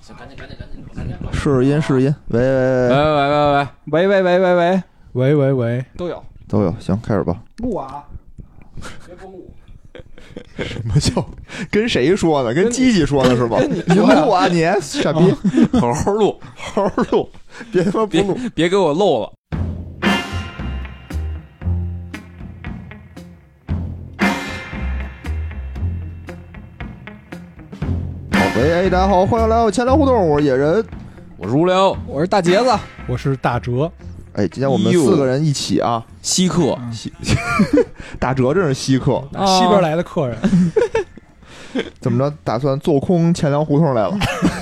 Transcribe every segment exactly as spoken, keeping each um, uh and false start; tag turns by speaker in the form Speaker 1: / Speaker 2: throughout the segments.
Speaker 1: 行，赶紧赶紧赶紧赶紧！
Speaker 2: 试音试音，喂喂
Speaker 1: 喂喂喂喂喂喂喂
Speaker 3: 喂喂喂，
Speaker 1: 都有
Speaker 2: 都有，行，开始吧。
Speaker 1: 录啊，别光录。
Speaker 2: 什么叫跟谁说呢？跟机器说呢是吧？
Speaker 1: 你
Speaker 2: 录啊你，傻逼！
Speaker 1: 好好录，
Speaker 2: 好好录，别他妈不录，
Speaker 1: 别给我漏了。
Speaker 2: 喂，哎，大家好，欢迎来到钱粮胡同，我是野人，
Speaker 1: 我是无聊，我是大杰子，
Speaker 3: 我是大哲。
Speaker 2: 哎，今天我们四个人一起啊，
Speaker 1: 稀客，
Speaker 2: 稀大哲真是稀客，
Speaker 3: 啊、西边来的客人，
Speaker 2: 怎么着？打算做空钱粮胡同来了？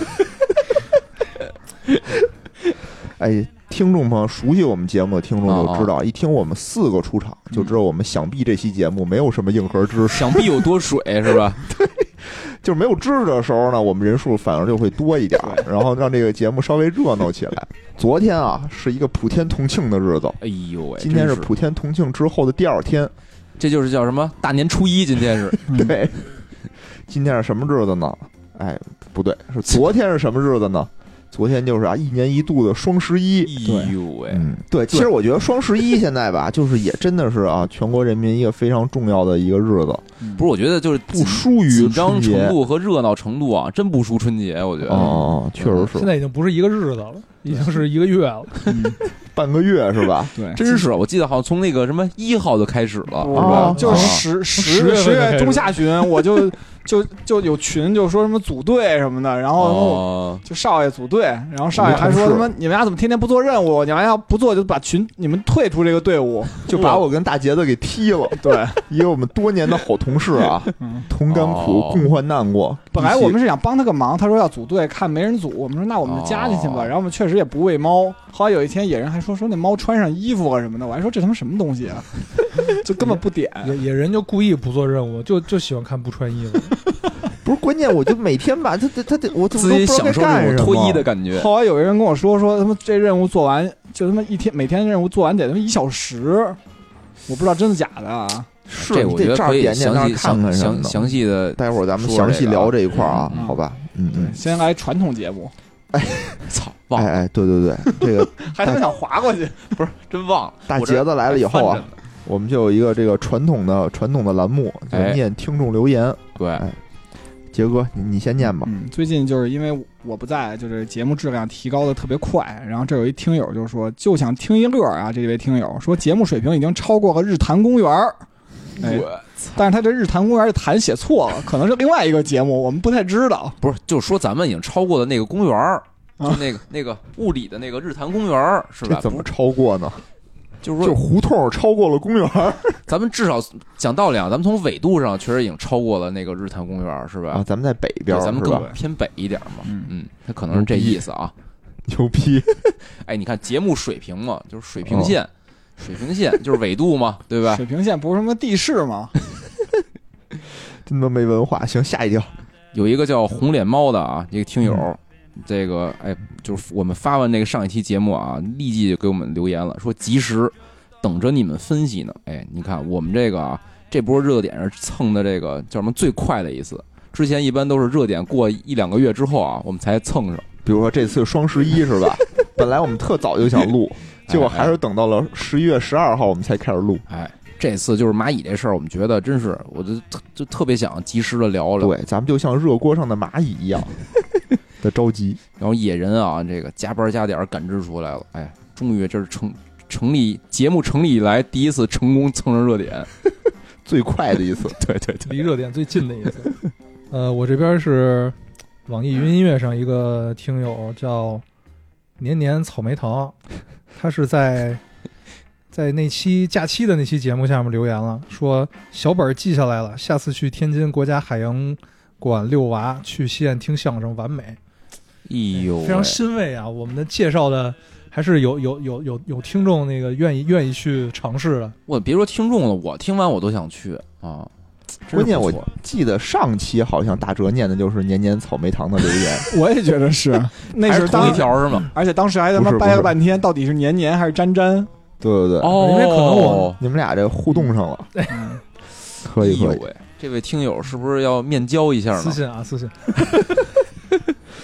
Speaker 2: 哎，听众朋友，熟悉我们节目的听众就知道，哦、一听我们四个出场，就知道我们想必这期节目没有什么硬核知识，
Speaker 1: 想必有多水是吧？
Speaker 2: 对。就是没有知识的时候呢，我们人数反而就会多一点，然后让这个节目稍微热闹起来。昨天啊，是一个普天同庆的日子，
Speaker 1: 哎呦喂，
Speaker 2: 今天是普天同庆之后的第二天，
Speaker 1: 这就是叫什么大年初一，今天是
Speaker 2: 对，今天是什么日子呢？哎，不对，是昨天是什么日子呢？昨天就是啊，一年一度的双十一。
Speaker 1: 哎呦喂，
Speaker 2: 嗯，对，其实我觉得双十一现在吧，就是也真的是啊，全国人民一个非常重要的一个日子。
Speaker 1: 不是，我觉得就是
Speaker 2: 不输于
Speaker 1: 紧张程度和热闹程度啊，真不输春节。我觉得
Speaker 2: 哦，确实是。
Speaker 3: 现在已经不是一个日子了，已经是一个月了，
Speaker 2: 嗯、半个月是吧？
Speaker 1: 对，真是。我记得好像从那个什么一号就开始了，是吧？
Speaker 4: 就是十十十月中下旬，我就。就就有群就说什么组队什么的，然后就少爷组队，然后少爷还说什么你们家怎么天天不做任务？你们要不做就把群你们退出这个队伍，
Speaker 2: 就把我跟大杰子给踢了。
Speaker 4: 对，
Speaker 2: 一个我们多年的好同事啊，同甘苦共患难过。
Speaker 4: 本来我们是想帮他个忙，他说要组队，看没人组，我们说那我们就加进去吧。然后我们确实也不喂猫。后来有一天野人还说说那猫穿上衣服啊什么的，我还说这他妈什么东西啊，就根本不点。
Speaker 3: 野野人就故意不做任务，就就喜欢看不穿衣服。
Speaker 2: 不是关键，我就每天吧，他他他得我
Speaker 1: 自己享受这种脱衣的感觉。
Speaker 4: 后来有个人跟我说说他们这任务做完就他妈一天每天任务做完得他妈一小时，我不知道真的假的啊。
Speaker 2: 是，
Speaker 1: 这我觉得可以详细
Speaker 2: 看看
Speaker 1: 详详细的，
Speaker 2: 待会儿咱们详细聊这一块啊，好吧？嗯嗯，
Speaker 4: 先来传统节目。
Speaker 1: 哎，操，忘了！
Speaker 2: 哎哎，对对对，这个
Speaker 4: 还他妈想划过去，
Speaker 1: 不是真忘了。
Speaker 2: 大杰子来了以后啊，我们就有一个这个传统的传统的栏目，就念听众留言。
Speaker 1: 对。
Speaker 2: 杰哥，你你先念吧。
Speaker 4: 嗯，最近就是因为我不在，就是节目质量提高的特别快。然后这有一听友就说，就想听一乐啊。这位听友说，节目水平已经超过了日坛公园。哎，但是他这日坛公园的坛写错了，可能是另外一个节目，我们不太知道。
Speaker 1: 不是，就是说咱们已经超过了那个公园，就那个那个物理的那个日坛公园，是吧？
Speaker 2: 这怎么超过呢？
Speaker 1: 就是说，
Speaker 2: 就胡同超过了公园。
Speaker 1: 咱们至少讲道理啊，咱们从纬度上确实已经超过了那个日坛公园，是吧？
Speaker 2: 啊，咱们在北边，
Speaker 1: 咱们更偏北一点嘛。嗯嗯，它可能是这意思啊。
Speaker 2: 牛逼！
Speaker 1: 哎，你看节目水平嘛，就是水平线，哦、水平线就是纬度嘛，对吧？
Speaker 4: 水平线不是什么地势吗？
Speaker 2: 真的没文化。行，下一条。
Speaker 1: 有一个叫红脸猫的啊，一个听友。嗯这个哎，就是我们发完那个上一期节目啊，立即就给我们留言了，说及时等着你们分析呢。哎，你看我们这个啊，这波热点是蹭的这个叫什么最快的一次，之前一般都是热点过一两个月之后啊，我们才蹭上。
Speaker 2: 比如说这次双十一是吧？本来我们特早就想录，结果还是等到了十一月十二号我们才开始录。
Speaker 1: 哎，这次就是蚂蚁这事儿，我们觉得真是，我就就特别想及时的聊聊。
Speaker 2: 对，咱们就像热锅上的蚂蚁一样。的着急，
Speaker 1: 然后野人啊，这个加班加点感知出来了，哎，终于这是成成立节目成立以来第一次成功蹭上热点，
Speaker 2: 最快的一次，
Speaker 1: 对对对，
Speaker 3: 离热点最近的一次。呃，我这边是网易云音乐上一个听友叫年年草莓糖，他是在在那期假期的那期节目下面留言了，说小本记下来了，下次去天津国家海洋馆遛娃，去西岸听相声，完美。
Speaker 1: 哎呦，
Speaker 3: 非常欣慰啊！我们的介绍的还是有有有有有听众那个愿意愿意去尝试的。
Speaker 1: 我别说听众了，我听完我都想去啊！
Speaker 2: 关键我记得上期好像大哲念的就是年年草莓糖的留言，
Speaker 4: 我也觉得是，那
Speaker 1: 是同一条是吗？
Speaker 4: 而且当时还他妈掰了半天，到底是年年还是沾沾？
Speaker 2: 对对对，
Speaker 1: 哦，
Speaker 3: 因为可能我
Speaker 2: 你们俩这互动上了，可以可以。
Speaker 1: 这位听友是不是要面交一下呢？
Speaker 3: 私信啊，私信。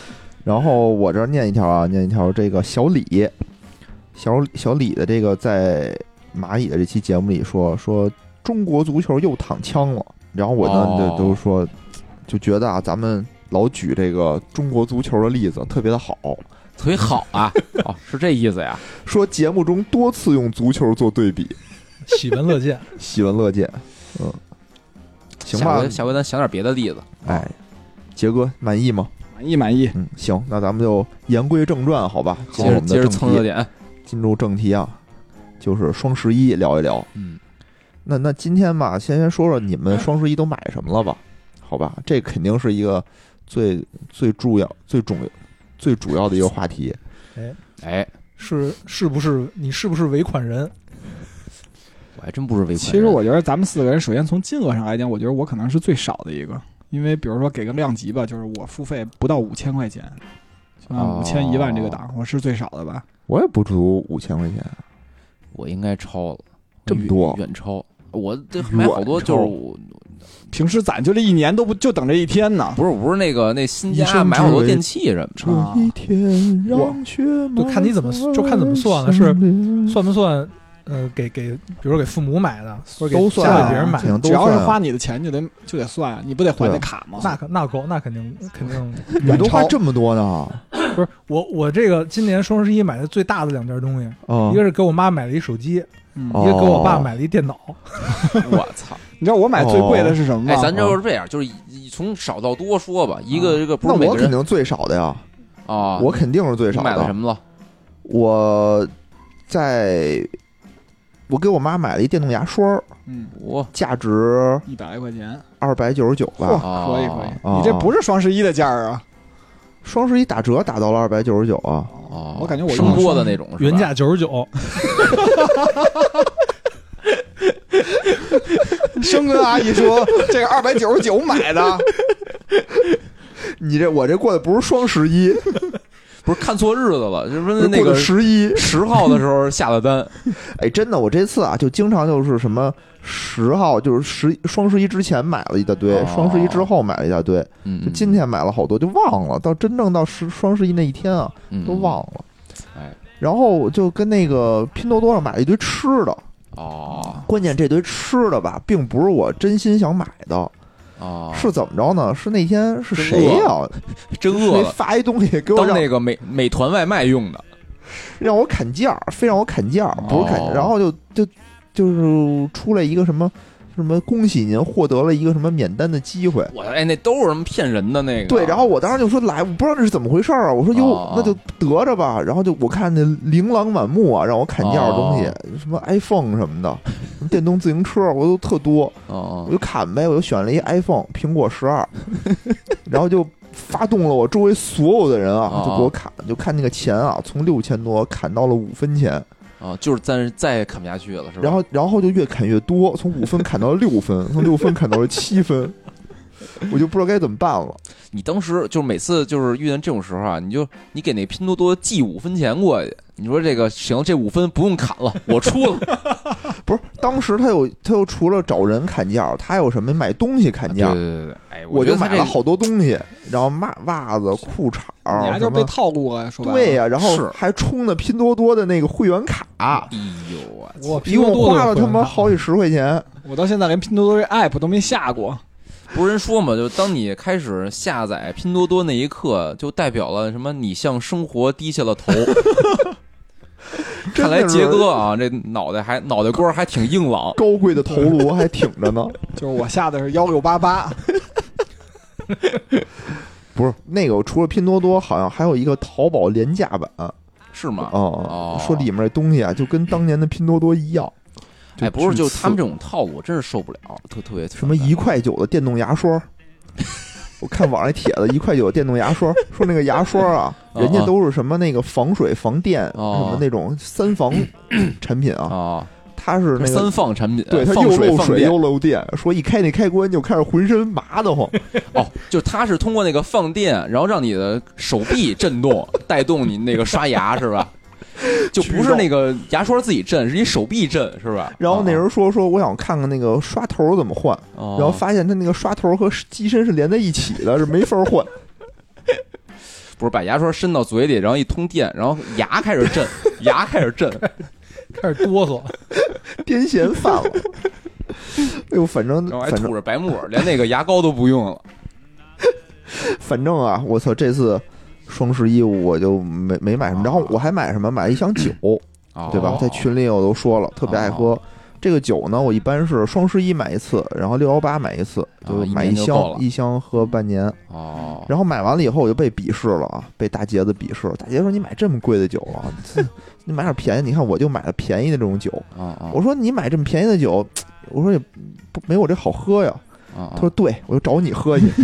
Speaker 2: 然后我这儿念一条啊，念一条这个小李，小小李的这个在蚂蚁的这期节目里说说中国足球又躺枪了。然后我呢、
Speaker 1: 哦、
Speaker 2: 就都说就觉得啊，咱们老举这个中国足球的例子特别的好，
Speaker 1: 特别好啊。哦，是这意思呀？
Speaker 2: 说节目中多次用足球做对比，
Speaker 3: 喜闻乐见，
Speaker 2: 喜闻乐见。嗯，行吧，
Speaker 1: 下回下回咱想点别的例子。
Speaker 2: 哎，杰哥满意吗？
Speaker 4: 满意满意。
Speaker 2: 嗯，行，那咱们就言归正传，好吧？
Speaker 1: 接着接着蹭热点，
Speaker 2: 进入正题啊，就是双十一聊一聊。
Speaker 1: 嗯。
Speaker 2: 那那今天吧，先先说说你们双十一都买什么了吧？好吧，这肯定是一个最最重要、最重要、最主要的一个话题。
Speaker 3: 哎
Speaker 1: 哎，
Speaker 3: 是是不是你是不是尾款人？
Speaker 1: 我还真不是尾款人。
Speaker 4: 其实我觉得咱们四个人，首先从金额上来讲，我觉得我可能是最少的一个，因为比如说给个量级吧，就是我付费不到五千块钱，啊，五千一万这个档，我是最少的吧？
Speaker 2: 我也不足五千块钱，
Speaker 1: 我应该超了，
Speaker 2: 这么多，
Speaker 1: 远超。我这买好多就是我
Speaker 4: 平时攒就这一年都不就等这一天呢？
Speaker 1: 不是不是那个那新家买好多电器什么的。
Speaker 2: 这一天让雪
Speaker 3: 就看你怎么就看怎么算了，是算不算？呃，给给，比如说给父母买的，或者给家里别人买的，
Speaker 4: 只要是花你的钱就得就得算，你不得还那卡吗？
Speaker 3: 那可那够，那肯定肯定。
Speaker 2: 你都花这么多呢？
Speaker 3: 不是我我这个今年双十一买的最大的两件东西，
Speaker 2: 哦、
Speaker 3: 一个是给我妈买了一手机，
Speaker 4: 嗯、
Speaker 3: 一个给我爸买了一电脑。
Speaker 1: 我操！
Speaker 4: 你知道我买最贵的是什么吗？
Speaker 1: 哎，咱就是这样，就是从少到多说吧。一个这个不是每个人，
Speaker 2: 那我肯定最少的呀。
Speaker 1: 啊，
Speaker 2: 我肯定是最少的。
Speaker 1: 买了什么了？
Speaker 2: 我在。我给我妈买了一电动牙刷，
Speaker 4: 嗯，
Speaker 1: 我
Speaker 2: 价值
Speaker 4: 一百来块钱，
Speaker 2: 二百九十九吧，
Speaker 4: 可以可以，哦、你这不是双十一的价儿啊？
Speaker 2: 双十一打折打到了二百九十九啊！
Speaker 1: 哦，
Speaker 4: 我感觉我
Speaker 1: 声波的那种，
Speaker 3: 原价九十九。
Speaker 4: 生跟阿姨说这个二百九十九买的，
Speaker 2: 你这我这过的不是双十一。
Speaker 1: 不是看错日子了，就是那个
Speaker 2: 十一
Speaker 1: 十号的时候下的单。
Speaker 2: 哎，真的，我这次啊，就经常就是什么十号，就是十双十一之前买了一大堆，双、哦、十一之后买了一大堆，
Speaker 1: 嗯，
Speaker 2: 就今天买了好多，就忘了。到真正到十双十一那一天啊，
Speaker 1: 嗯、
Speaker 2: 都忘了。
Speaker 1: 哎，
Speaker 2: 然后我就跟那个拼多多上买了一堆吃的。
Speaker 1: 哦，
Speaker 2: 关键这堆吃的吧，并不是我真心想买的。
Speaker 1: 哦，
Speaker 2: 是怎么着呢？是那天是谁呀、啊？
Speaker 1: 真饿了，
Speaker 2: 发一东西给我
Speaker 1: 当那个美美团外卖用的，
Speaker 2: 让我砍价，非让我砍价，不是砍，
Speaker 1: 哦、
Speaker 2: 然后就就就是出来一个什么什么，恭喜您获得了一个什么免单的机会。
Speaker 1: 我哎，那都是什么骗人的那个？
Speaker 2: 对，然后我当时就说来，我不知道这是怎么回事啊。我说哟，
Speaker 1: 哦、
Speaker 2: 那就得着吧。然后就我看那琳琅满目啊，让我砍价的东西，
Speaker 1: 哦、
Speaker 2: 什么 iPhone 什么的。电动自行车我都特多，
Speaker 1: 哦、
Speaker 2: 我就砍呗，我就选了一 iPhone 苹果十二，然后就发动了我周围所有的人啊，
Speaker 1: 哦、
Speaker 2: 就给我砍，就看那个钱啊，从六千多砍到了五分钱，
Speaker 1: 啊、哦，就是再再砍不下去了，是吧？
Speaker 2: 然后然后就越砍越多，从五分砍到了六分，从六分砍到了七分，我就不知道该怎么办了。
Speaker 1: 你当时就是每次就是遇见这种时候啊，你就你给那拼多多寄五分钱过去，你说这个行，这五分不用砍了，我出了。
Speaker 2: 不是，当时他有他又除了找人砍价，他有什么买东西砍价？
Speaker 1: 对对对，哎，
Speaker 2: 我就买了好多东西，然后袜袜子、裤衩，
Speaker 4: 你还就被套路啊？说
Speaker 2: 对呀、啊，然后还充的拼多多的那个会员卡。
Speaker 1: 哎呦
Speaker 3: 我
Speaker 2: 一共花了他妈好几十块钱，
Speaker 4: 我到现在连拼多多这 app 都没下过。
Speaker 1: 不是人说嘛，就当你开始下载拼多多那一刻，就代表了什么？你向生活低下了头。看来杰哥啊，这脑袋还脑袋瓜还挺硬朗，
Speaker 2: 高贵的头颅还挺着呢。
Speaker 4: 就是我下的是幺六八八，
Speaker 2: 不是那个，除了拼多多，好像还有一个淘宝廉价版，
Speaker 1: 是吗？
Speaker 2: 哦，
Speaker 1: 哦
Speaker 2: 说里面的东西啊，就跟当年的拼多多一样。
Speaker 1: 哎，不是，就他们这种套路，真是受不了，特特别
Speaker 2: 什么一块九的电动牙刷。我看网上帖子，一块九电动牙刷，说那个牙刷啊，人家都是什么那个防水、防电，什么那种三防产品啊。它是那个
Speaker 1: 三放产品，
Speaker 2: 对，它又漏水又漏电，说一开那开关就开始浑身麻得慌。
Speaker 1: 哦，就它是通过那个放电，然后让你的手臂震动，带动你那个刷牙，是吧？就不是那个牙刷自己震，是你手臂震，是吧？
Speaker 2: 然后那人说说我想看看那个刷头怎么换，
Speaker 1: 哦、
Speaker 2: 然后发现他那个刷头和机身是连在一起的，是没法换。
Speaker 1: 不是把牙刷伸到嘴里，然后一通电，然后牙开始震，牙开始震，
Speaker 3: 开始哆嗦，
Speaker 2: 癫痫犯了。哎呦，反正
Speaker 1: 然后还
Speaker 2: 反正
Speaker 1: 吐着白沫，连那个牙膏都不用了。
Speaker 2: 反正啊，我操，这次双十一我就没没买什么，然后我还买什么？买了一箱酒，
Speaker 1: 哦、
Speaker 2: 对吧？在群里我都说了，特别爱喝。
Speaker 1: 哦、
Speaker 2: 这个酒呢，我一般是双十一买一次，然后六幺八买一次，就买一箱，
Speaker 1: 哦、
Speaker 2: 一箱喝半年。
Speaker 1: 哦。
Speaker 2: 然后买完了以后，我就被鄙视了啊，被大杰子鄙视。大杰说：“你买这么贵的酒啊，你买点便宜。你看我就买了便宜的这种酒。
Speaker 1: 哦哦、
Speaker 2: 我说你买这么便宜的酒，我说也不没我这好喝呀。
Speaker 1: 哦、
Speaker 2: 他说：“对，我就找你喝去。”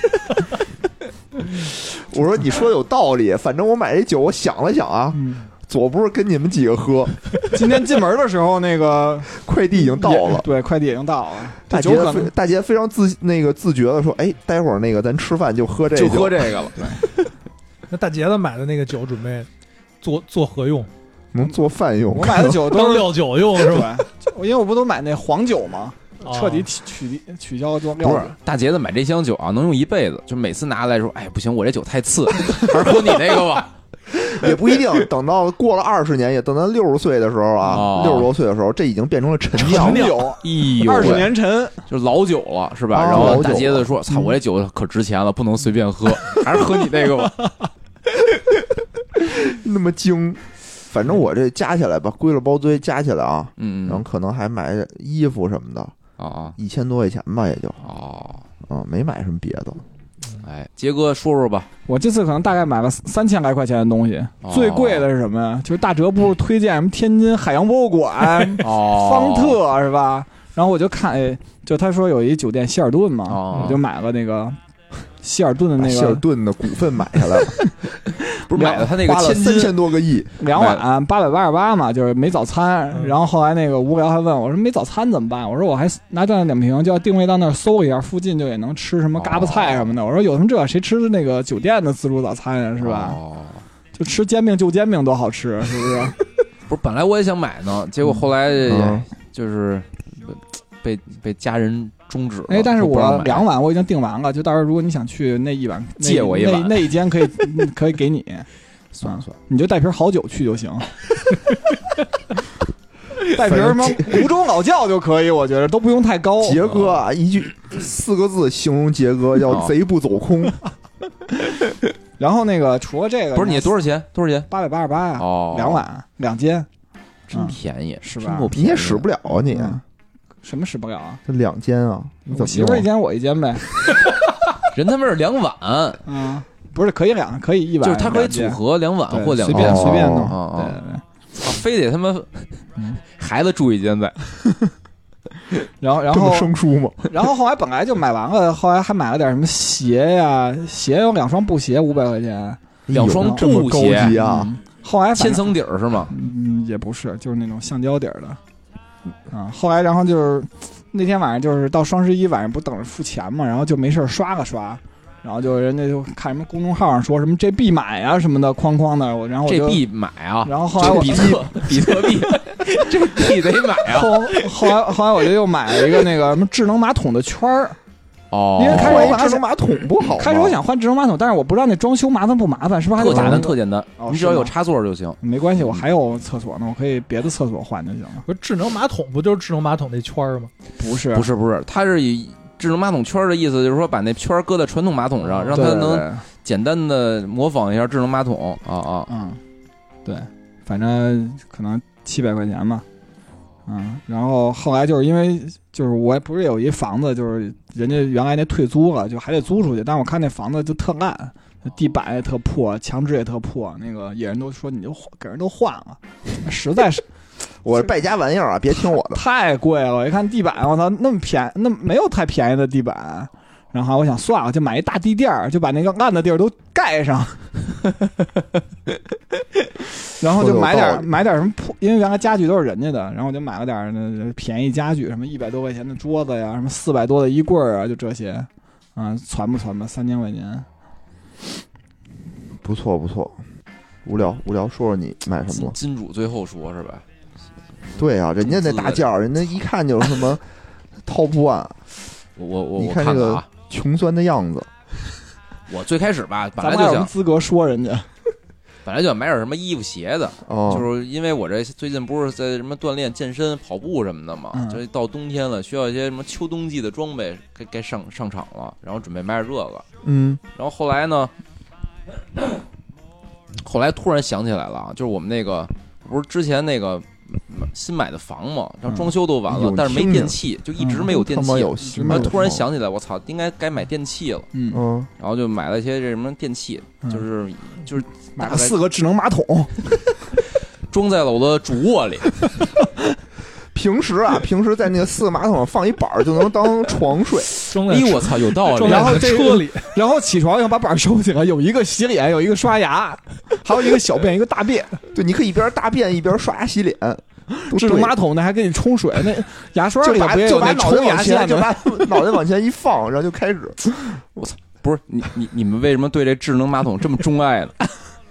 Speaker 2: 我说你说的有道理，反正我买这酒，我想了想啊，
Speaker 4: 嗯、
Speaker 2: 左不是跟你们几个喝。
Speaker 4: 今天进门的时候，那个
Speaker 2: 快递已经到了，
Speaker 4: 对，快递已经到了。
Speaker 2: 大杰大杰非常自那个自觉的说：“哎，待会儿那个咱吃饭就喝这个，
Speaker 1: 就喝这个了。”
Speaker 3: 那大杰子买的那个酒准备做做何用？
Speaker 2: 能做饭用。
Speaker 4: 我买的酒都
Speaker 3: 是料酒用是吧？
Speaker 4: 因为我不都买那黄酒吗？彻底取取取消做
Speaker 1: 不是大杰子买这箱酒啊，能用一辈子。就每次拿来说，哎，不行，我这酒太次，还是喝你那个吧。
Speaker 2: 也不一定，等到过了二十年，也等到六十岁的时候啊，六十、哦、多岁的时候，这已经变成了陈酿
Speaker 4: 酒，二十年陈，
Speaker 1: 就老酒了，是吧？啊、然后大杰子说：“操，我这酒可值钱了，不能随便喝，还是喝你那个吧。”
Speaker 2: 那么精。反正我这加起来吧，归了包堆加起来啊，
Speaker 1: 嗯，
Speaker 2: 然后可能还买衣服什么的
Speaker 1: 啊，
Speaker 2: 一千多块钱吧，也就
Speaker 1: 哦，
Speaker 2: 啊，没买什么别的。
Speaker 1: 哎，杰哥说说吧，
Speaker 4: 我这次可能大概买了三千来块钱的东西，
Speaker 1: 哦、
Speaker 4: 最贵的是什么呀？就是大哲不是推荐什么天津海洋博物馆、
Speaker 1: 哦、
Speaker 4: 方特是吧？然后我就看，哎，就他说有一酒店希尔顿嘛，
Speaker 1: 哦、
Speaker 4: 我就买了那个希尔顿的那个
Speaker 2: 希尔顿的股份买下来了。
Speaker 1: 不是买了他那个
Speaker 2: 花了三千多个亿，
Speaker 4: 两晚八百八十八嘛，就是没早餐。然后后来那个无聊还问我说没早餐怎么办？我说我还拿这样点评，就要定位到那儿搜一下，附近就也能吃什么嘎巴菜什么的。我说有什么这谁吃那个酒店的自助早餐呀，是吧？
Speaker 1: 哦，
Speaker 4: 就吃煎饼就煎饼多好吃，是不是？
Speaker 1: 不是，本来我也想买呢，结果后来就是被被家人终止了。
Speaker 4: 哎，但是我两晚我已经订完了，就到时候如果你想去那一晚，
Speaker 1: 借我一晚，
Speaker 4: 那那一间可以可以给你。
Speaker 1: 算了算了，
Speaker 4: 你就带瓶好酒去就行，带瓶什么湖州老窖就可以，我觉得都不用太高。
Speaker 2: 杰哥啊，一句四个字形容杰哥叫贼不走空。
Speaker 4: 然后那个除了这个，
Speaker 1: 不是你多少钱？多少钱？
Speaker 4: 八百八十八呀！
Speaker 1: 哦，
Speaker 4: 两晚两间，
Speaker 1: 真便宜，
Speaker 4: 是吧？
Speaker 2: 你也使不了啊你。
Speaker 4: 什么使不了啊？
Speaker 2: 这两间啊，
Speaker 4: 我媳妇一间我一间呗。
Speaker 1: 人他妈是两晚，
Speaker 4: 嗯，不是可以两可以一晚，
Speaker 1: 就是他可以组合两晚或两
Speaker 4: 随便随便弄，
Speaker 1: 对
Speaker 4: 对对，
Speaker 1: 非得他妈孩子住一间在。
Speaker 4: 然后然后
Speaker 2: 生疏嘛，
Speaker 4: 然后后来本来就买完了，后来还买了点什么鞋呀，鞋有两双布鞋五百块钱，
Speaker 1: 两双布鞋
Speaker 2: 啊。
Speaker 4: 后来
Speaker 1: 千层底儿是吗？
Speaker 4: 嗯，也不是，就是那种橡胶底儿的。啊，后来然后就是那天晚上就是到双十一晚上不等着付钱嘛，然后就没事刷个刷，然后就人家就看什么公众号上说什么这必买啊什么的，哐哐的，我然后我就
Speaker 1: 这必买啊，
Speaker 4: 然后后来我
Speaker 1: 比特比特币，这必得买啊。
Speaker 4: 后后来后来我就又买了一个那个什么智能马桶的圈儿。
Speaker 1: 哦，
Speaker 4: 因为开始我
Speaker 2: 智能马桶不好，
Speaker 4: 开始我想换智能马桶，但是我不知道那装修麻烦不麻烦，是不是还得
Speaker 1: 特简单？特简单，
Speaker 4: 哦、
Speaker 1: 你只要有插座就行。
Speaker 4: 没关系，我还有厕所呢，我可以别的厕所换就行了。
Speaker 3: 不是智能马桶不就是智能马桶那圈儿吗？
Speaker 4: 不是，
Speaker 1: 不是，不是，它是以智能马桶圈的意思，就是说把那圈搁在传统马桶上，让它能简单的模仿一下智能马桶啊啊，
Speaker 4: 嗯，对，反正可能七百块钱吧。嗯，然后后来就是因为就是我不是有一房子，就是人家原来那退租了，就还得租出去，但是我看那房子就特烂，地板也特破，墙纸也特破，那个野人都说你就给人都换了，实在是
Speaker 2: 我败家玩意儿啊，别听我的，
Speaker 4: 太贵了。我一看地板，我操，那么便宜，那没有太便宜的地板。然后我想算了，就买一大地垫儿，就把那个烂的地儿都盖上。然后就买点买点什么破，因为原来家具都是人家的，然后我就买了点那便宜家具，什么一百多块钱的桌子呀，什么四百多的衣柜啊，就这些，啊，攒吧攒吧，三千块钱，
Speaker 2: 不错不错。无聊无聊，说说你买什么了？
Speaker 1: 金主最后说是吧？
Speaker 2: 对啊，人家那大件儿，人家一看就是什么 top one。
Speaker 1: 我我
Speaker 2: 你看这个穷酸的样子。
Speaker 1: 我最开始吧，本来
Speaker 4: 就
Speaker 1: 就想
Speaker 4: 资格说人家，
Speaker 1: 本来就想买点什么衣服鞋的，
Speaker 2: 哦，
Speaker 1: 就是因为我这最近不是在什么锻炼、健身、跑步什么的嘛，
Speaker 4: 嗯、
Speaker 1: 就到冬天了，需要一些什么秋冬季的装备，该该上上场了，然后准备买点这个。
Speaker 2: 嗯，
Speaker 1: 然后后来呢，后来突然想起来了啊，就是我们那个不是之前那个。新买的房嘛，然后装修都完了，
Speaker 2: 嗯、
Speaker 1: 但是没电器，就一直没有电器。
Speaker 2: 嗯、
Speaker 1: 然后突然想起来，我操，应该该买电器了。
Speaker 2: 嗯，
Speaker 1: 然后就买了一些这什么电器，
Speaker 4: 嗯、
Speaker 1: 就是就是
Speaker 4: 买了四个智能马桶，
Speaker 1: 装在了我的主卧里。
Speaker 2: 平时啊，平时在那个四个马桶上放一板就能当床睡。
Speaker 1: 哎，我操，有道理。
Speaker 4: 然后
Speaker 3: 车里，
Speaker 4: 然后起床要把板收起来，有一个洗脸，有一个刷牙，还有一个小便，一个大便。
Speaker 2: 对，你可以一边大便一边刷牙洗脸。
Speaker 4: 智能马桶呢还给你冲水，那牙刷里
Speaker 2: 就把就把脑袋往前，
Speaker 4: 就
Speaker 2: 把脑袋往前一放，然后就开始。
Speaker 1: 我操，不是你你你们为什么对这智能马桶这么钟爱呢？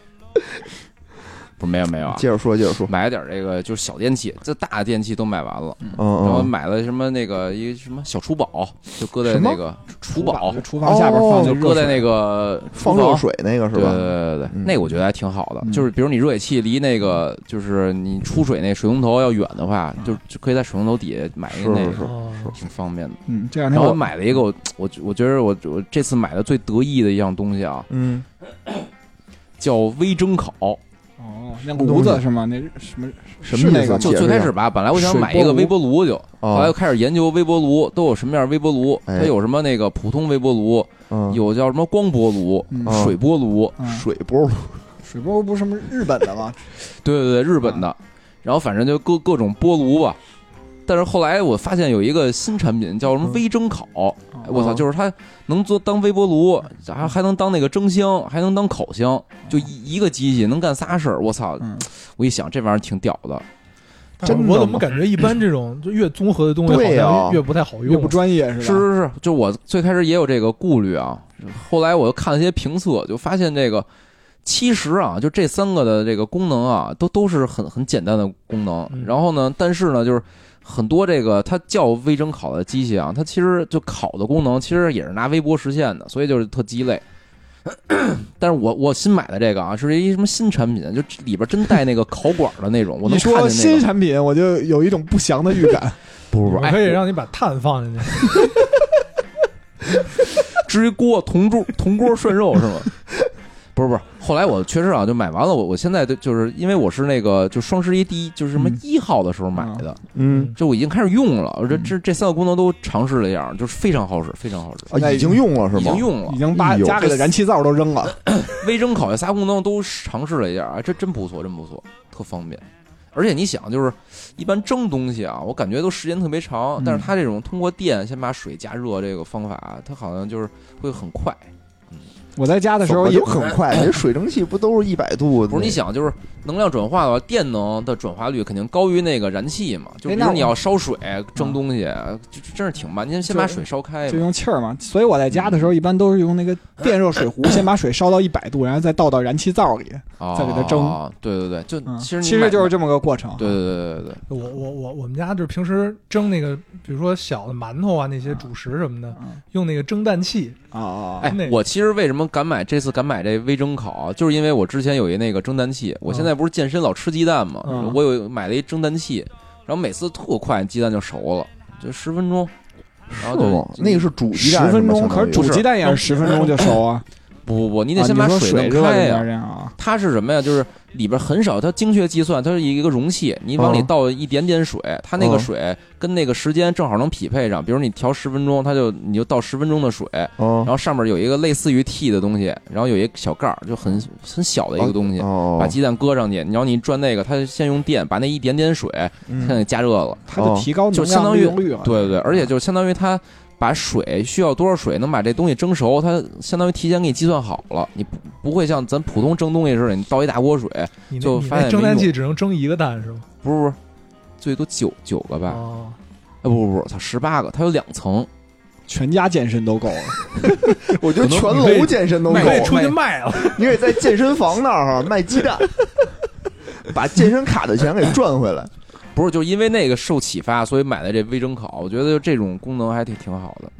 Speaker 1: 不是没有没有啊，
Speaker 2: 接着说接着说，
Speaker 1: 买了点这个就是小电器，这大的电器都买完了，
Speaker 2: 嗯，
Speaker 1: 然后买了什么那个一个什么小厨宝，就搁在那个厨宝
Speaker 4: 厨房下边放，
Speaker 1: 就搁在那个
Speaker 2: 放热水那个是吧？
Speaker 1: 对对对对，那个我觉得还挺好的，就是比如你热水器离那个就是你出水那水龙头要远的话，就就可以在水龙头底下买一个那个，挺方便的。
Speaker 4: 嗯，这两
Speaker 1: 天我买了一个，我我我觉得我我这次买的最得意的一样东西啊，
Speaker 2: 嗯，
Speaker 1: 叫微蒸烤。
Speaker 4: 哦，那炉子是吗？那什么
Speaker 2: 什么
Speaker 4: 那个？
Speaker 1: 就最开始吧，本来我想买一个微波炉，就后来又开始研究微波炉都有什么样微波炉。它有什么那个普通微波炉，有叫什么光波炉、水波炉、
Speaker 2: 水波炉、
Speaker 4: 水波炉不是什么日本的吗？
Speaker 1: 对对对，日本的。然后反正就各各种波炉吧。但是后来我发现有一个新产品叫什么微蒸烤，我操，就是它能做当微波炉，还还能当那个蒸箱，还能当烤箱，就一一个机器能干仨事儿。我操！我一想这玩意儿挺屌的，
Speaker 3: 真的。我怎么感觉一般这种就越综合的东西好像越不太好用，
Speaker 4: 越不专业是吧？
Speaker 1: 是是是，就我最开始也有这个顾虑啊，后来我又看了一些评测，就发现这个其实啊，就这三个的这个功能啊，都都是很很简单的功能。然后呢，但是呢，就是。很多这个它叫微蒸烤的机器啊，它其实就烤的功能其实也是拿微波实现的，所以就是特鸡肋。但是我我新买的这个啊，是一什么新产品，就里边真带那个烤管的那种。我能看见那个。
Speaker 4: 你说新产品，我就有一种不祥的预感。
Speaker 1: 不不不，
Speaker 3: 可以让你把碳放进去。
Speaker 1: 至于锅铜锅铜锅涮肉是吗？不是不是，后来我确实啊，就买完了。我我现在就是因为我是那个就双十一第一就是什么一号的时候买的，
Speaker 2: 嗯，
Speaker 1: 就我已经开始用了。我这这这三个功能都尝试了一样，就是非常好使，非常好使。
Speaker 2: 啊，已经用了是吗？
Speaker 1: 已经用了，
Speaker 4: 已经把家里的燃气灶都扔了。
Speaker 1: 微蒸烤这仨功能都尝试了一下，啊，这真不错，真不错，特方便。而且你想，就是一般蒸东西啊，我感觉都时间特别长，但是它这种通过电先把水加热这个方法，它好像就是会很快。
Speaker 4: 我在家的时候
Speaker 2: 也很快，这水蒸气不都是一百度？
Speaker 1: 不是你想，就是能量转化的话，电能的转化率肯定高于那个燃气嘛。就比如你要烧水蒸东西，就真是挺慢。你先把水烧开，
Speaker 4: 就用气儿嘛。所以我在家的时候一般都是用那个电热水壶，先把水烧到一百度，然后再倒到燃气灶里，再给它蒸。
Speaker 1: 对对对，就其实
Speaker 4: 其实就是这么个过程。
Speaker 1: 对对对对对。
Speaker 3: 我我我我们家就是平时蒸那个，比如说小的馒头啊，那些主食什么的，用那个蒸蛋器。
Speaker 4: 啊，
Speaker 1: 哎，我其实为什么敢买这次敢买这微蒸烤，就是因为我之前有一那个蒸蛋器，我现在不是健身老吃鸡蛋嘛，
Speaker 3: 嗯、
Speaker 1: 我有买了一蒸蛋器，然后每次特快鸡蛋就熟了，就十分钟。然后就
Speaker 2: 那个是煮鸡蛋，
Speaker 4: 十分钟，可是煮鸡蛋也是十分钟就熟啊。
Speaker 1: 不不不，你得先把水弄开呀。它是什么呀？就是里边很少，它精确计算，它是一个容器，你往里倒一点点水，它那个水跟那个时间正好能匹配上。比如你调十分钟，它就你就倒十分钟的水，然后上面有一个类似于 T 的东西，然后有一个小盖儿，就很很小的一个东西，把鸡蛋搁上去，然后你转那个，它先用电把那一点点水它给加热了，
Speaker 4: 它就提高
Speaker 1: 就相当于
Speaker 4: 率了。
Speaker 1: 对对对，而且就相当于它。把水需要多少水能把这东西蒸熟，它相当于提前给你计算好了，你不不会像咱普通蒸东西似的，你倒一大锅水就发现
Speaker 3: 蒸蛋器只能蒸一个蛋是吗？
Speaker 1: 不是不是，最多九九个吧？
Speaker 3: 哦，
Speaker 1: 啊不不不，它十八个，它有两层，
Speaker 4: 全家健身都够了。
Speaker 2: 我觉得全楼健身都够了，
Speaker 3: 可以出去卖了。
Speaker 2: 你可以在健身房那儿卖鸡蛋，把健身卡的钱给赚回来。
Speaker 1: 不是，就因为那个受启发，所以买的这微蒸烤，我觉得这种功能还挺挺好的。嗯，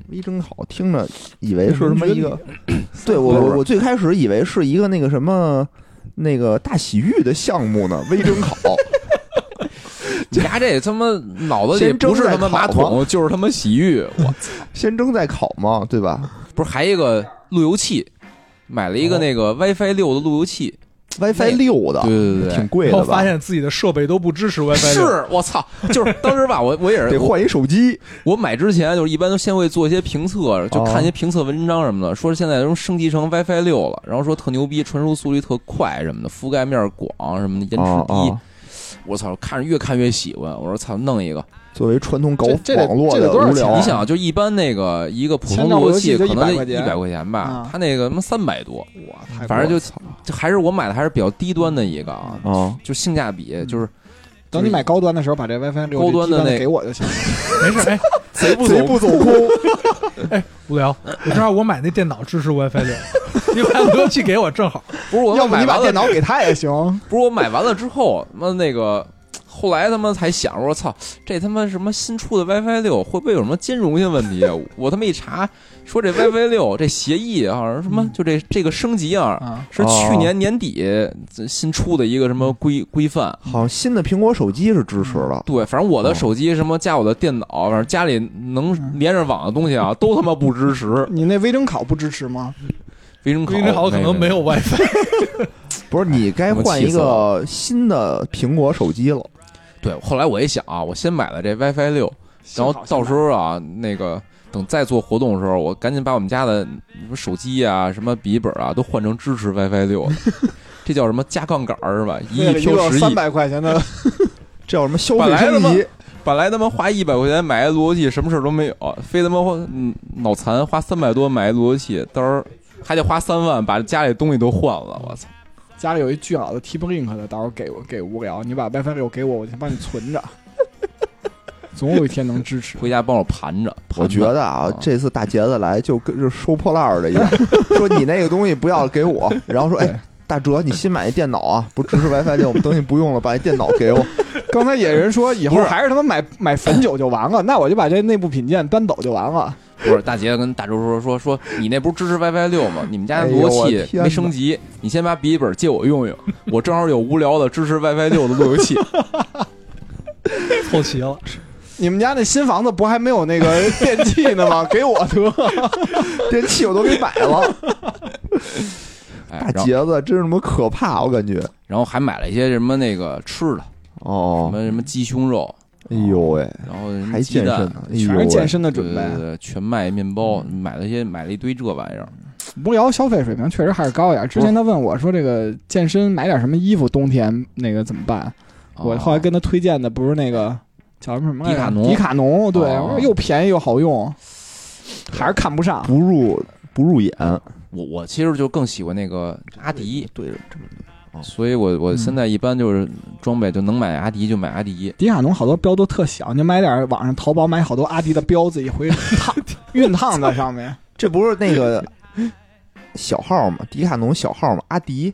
Speaker 2: 微蒸烤听着以为是什么一个，对我我最开始以为是一个那个什么那个大洗浴的项目呢，微蒸烤。
Speaker 1: 你家这他妈脑子里不是他妈马桶就是他妈洗浴，我操！
Speaker 2: 先蒸再烤嘛，对吧？
Speaker 1: 不是还一个路由器，买了一个那个 WiFi 六的路由器。
Speaker 2: WiFi 六的，
Speaker 1: 对对对，
Speaker 2: 挺贵的吧？
Speaker 3: 然后发现自己的设备都不支持 WiFi 六，
Speaker 1: 是我操！就是当时吧，我我也是
Speaker 2: 得换一手机。
Speaker 1: 我买之前就是一般都先会做一些评测，就看一些评测文章什么的，说现在都升级成 WiFi 六了，然后说特牛逼，传输速率特快什么的，覆盖面广什么的，延迟低。哦哦我操！看着越看越喜欢，我说操，弄一个。
Speaker 2: 作为传统搞网络的无聊，
Speaker 1: 你想就一般那个一个普通路由器可能得一百块钱吧，他那个他妈三百多，哇！反正就就还是我买的还是比较低端的一个啊，就性价比就是。
Speaker 4: 等你买高端的时候，把这 WiFi 六
Speaker 1: 高端的那
Speaker 4: 给我就行了。
Speaker 3: 没事，哎，
Speaker 2: 贼不贼不走空。
Speaker 3: 哎，无聊，我正好我买那电脑支持 WiFi 六，你把路由器给我正好。
Speaker 1: 不是我
Speaker 4: 要不你把电脑给他也行。
Speaker 1: 不是我买完了之后，妈那个。后来他妈才想说，操，这他妈什么新出的 WiFi 六会不会有什么兼容性问题？我他妈一查，说这 WiFi 六这协议好像什么，就这这个升级啊，是去年年底新出的一个什么规规范。
Speaker 2: 好像新的苹果手机是支持的。
Speaker 1: 对，反正我的手机什么加我的电脑，反正家里能连上网的东西啊，都他妈不支持。
Speaker 4: 你那微蒸烤不支持吗？
Speaker 1: 微蒸烤，
Speaker 3: 微蒸烤可能没有 WiFi。
Speaker 2: 不是，你该换一个新的苹果手机了。
Speaker 1: 对，后来我一想啊，我先买了这 WiFi 六，然后到时候啊，那个等再做活动的时候，我赶紧把我们家的什么手机啊、什么笔记本啊都换成支持 WiFi 六，这叫什么加杠杆是吧？一亿飘十亿，
Speaker 4: 三百块钱的，
Speaker 2: 这叫什么消费升级？
Speaker 1: 本来他妈花一百块钱买一路由器，什么事都没有，非他妈嗯脑残花三百多买一路由器，到时候还得花三万把家里东西都换了，我操！
Speaker 4: 家里有一巨好的 T-Link 的，到时候给我给无聊，你把 WiFi 六给我，我先帮你存着，总有一天能支持。
Speaker 1: 回家帮我盘着。
Speaker 2: 我觉得啊，哦、这次大杰子来就跟就收破烂的一样，说你那个东西不要给我，然后说哎。大哲，你新买一电脑啊，不支持 WiFi 六，我们东西不用了，把这电脑给我。
Speaker 4: 刚才也有人说以后还是他妈买买汾酒就完了，那我就把这内部品件搬走就完了。
Speaker 1: 不是，大杰跟大周说说说，你那不是支持 WiFi 六吗？你们家路由器没升级，你先把笔记本借我用用，我正好有无聊的支持 WiFi 六的路由器，
Speaker 3: 凑齐了。
Speaker 4: 你们家那新房子不还没有那个电器呢吗？给我得，
Speaker 2: 电器我都给买了。大杰子真是什么可怕，我感觉。
Speaker 1: 然后还买了一些什么那个吃的
Speaker 2: 哦，
Speaker 1: 什么什么鸡胸肉，
Speaker 2: 哎呦喂，
Speaker 1: 然后
Speaker 2: 还健身呢，
Speaker 4: 全是健身的准备，
Speaker 1: 对对对，全麦面包，买了一些买了一堆这玩意儿。
Speaker 4: 无聊消费水平确实还是高一点。之前他问我说这个健身买点什么衣服，冬天那个怎么办？我后来跟他推荐的不是那个叫什么什么
Speaker 1: 迪卡侬，
Speaker 4: 迪卡侬，对，我说又便宜又好用，还是看不上，
Speaker 2: 不入不入眼。
Speaker 1: 我我其实就更喜欢那个阿迪，
Speaker 2: 对着这么对，
Speaker 1: 所以我我现在一般就是装备就能买阿迪就买阿迪。
Speaker 4: 迪卡侬好多标都特小，你买点网上淘宝买好多阿迪的标，自己回烫熨烫在上面。
Speaker 2: 这不是那个小号吗？迪卡侬小号吗？阿迪。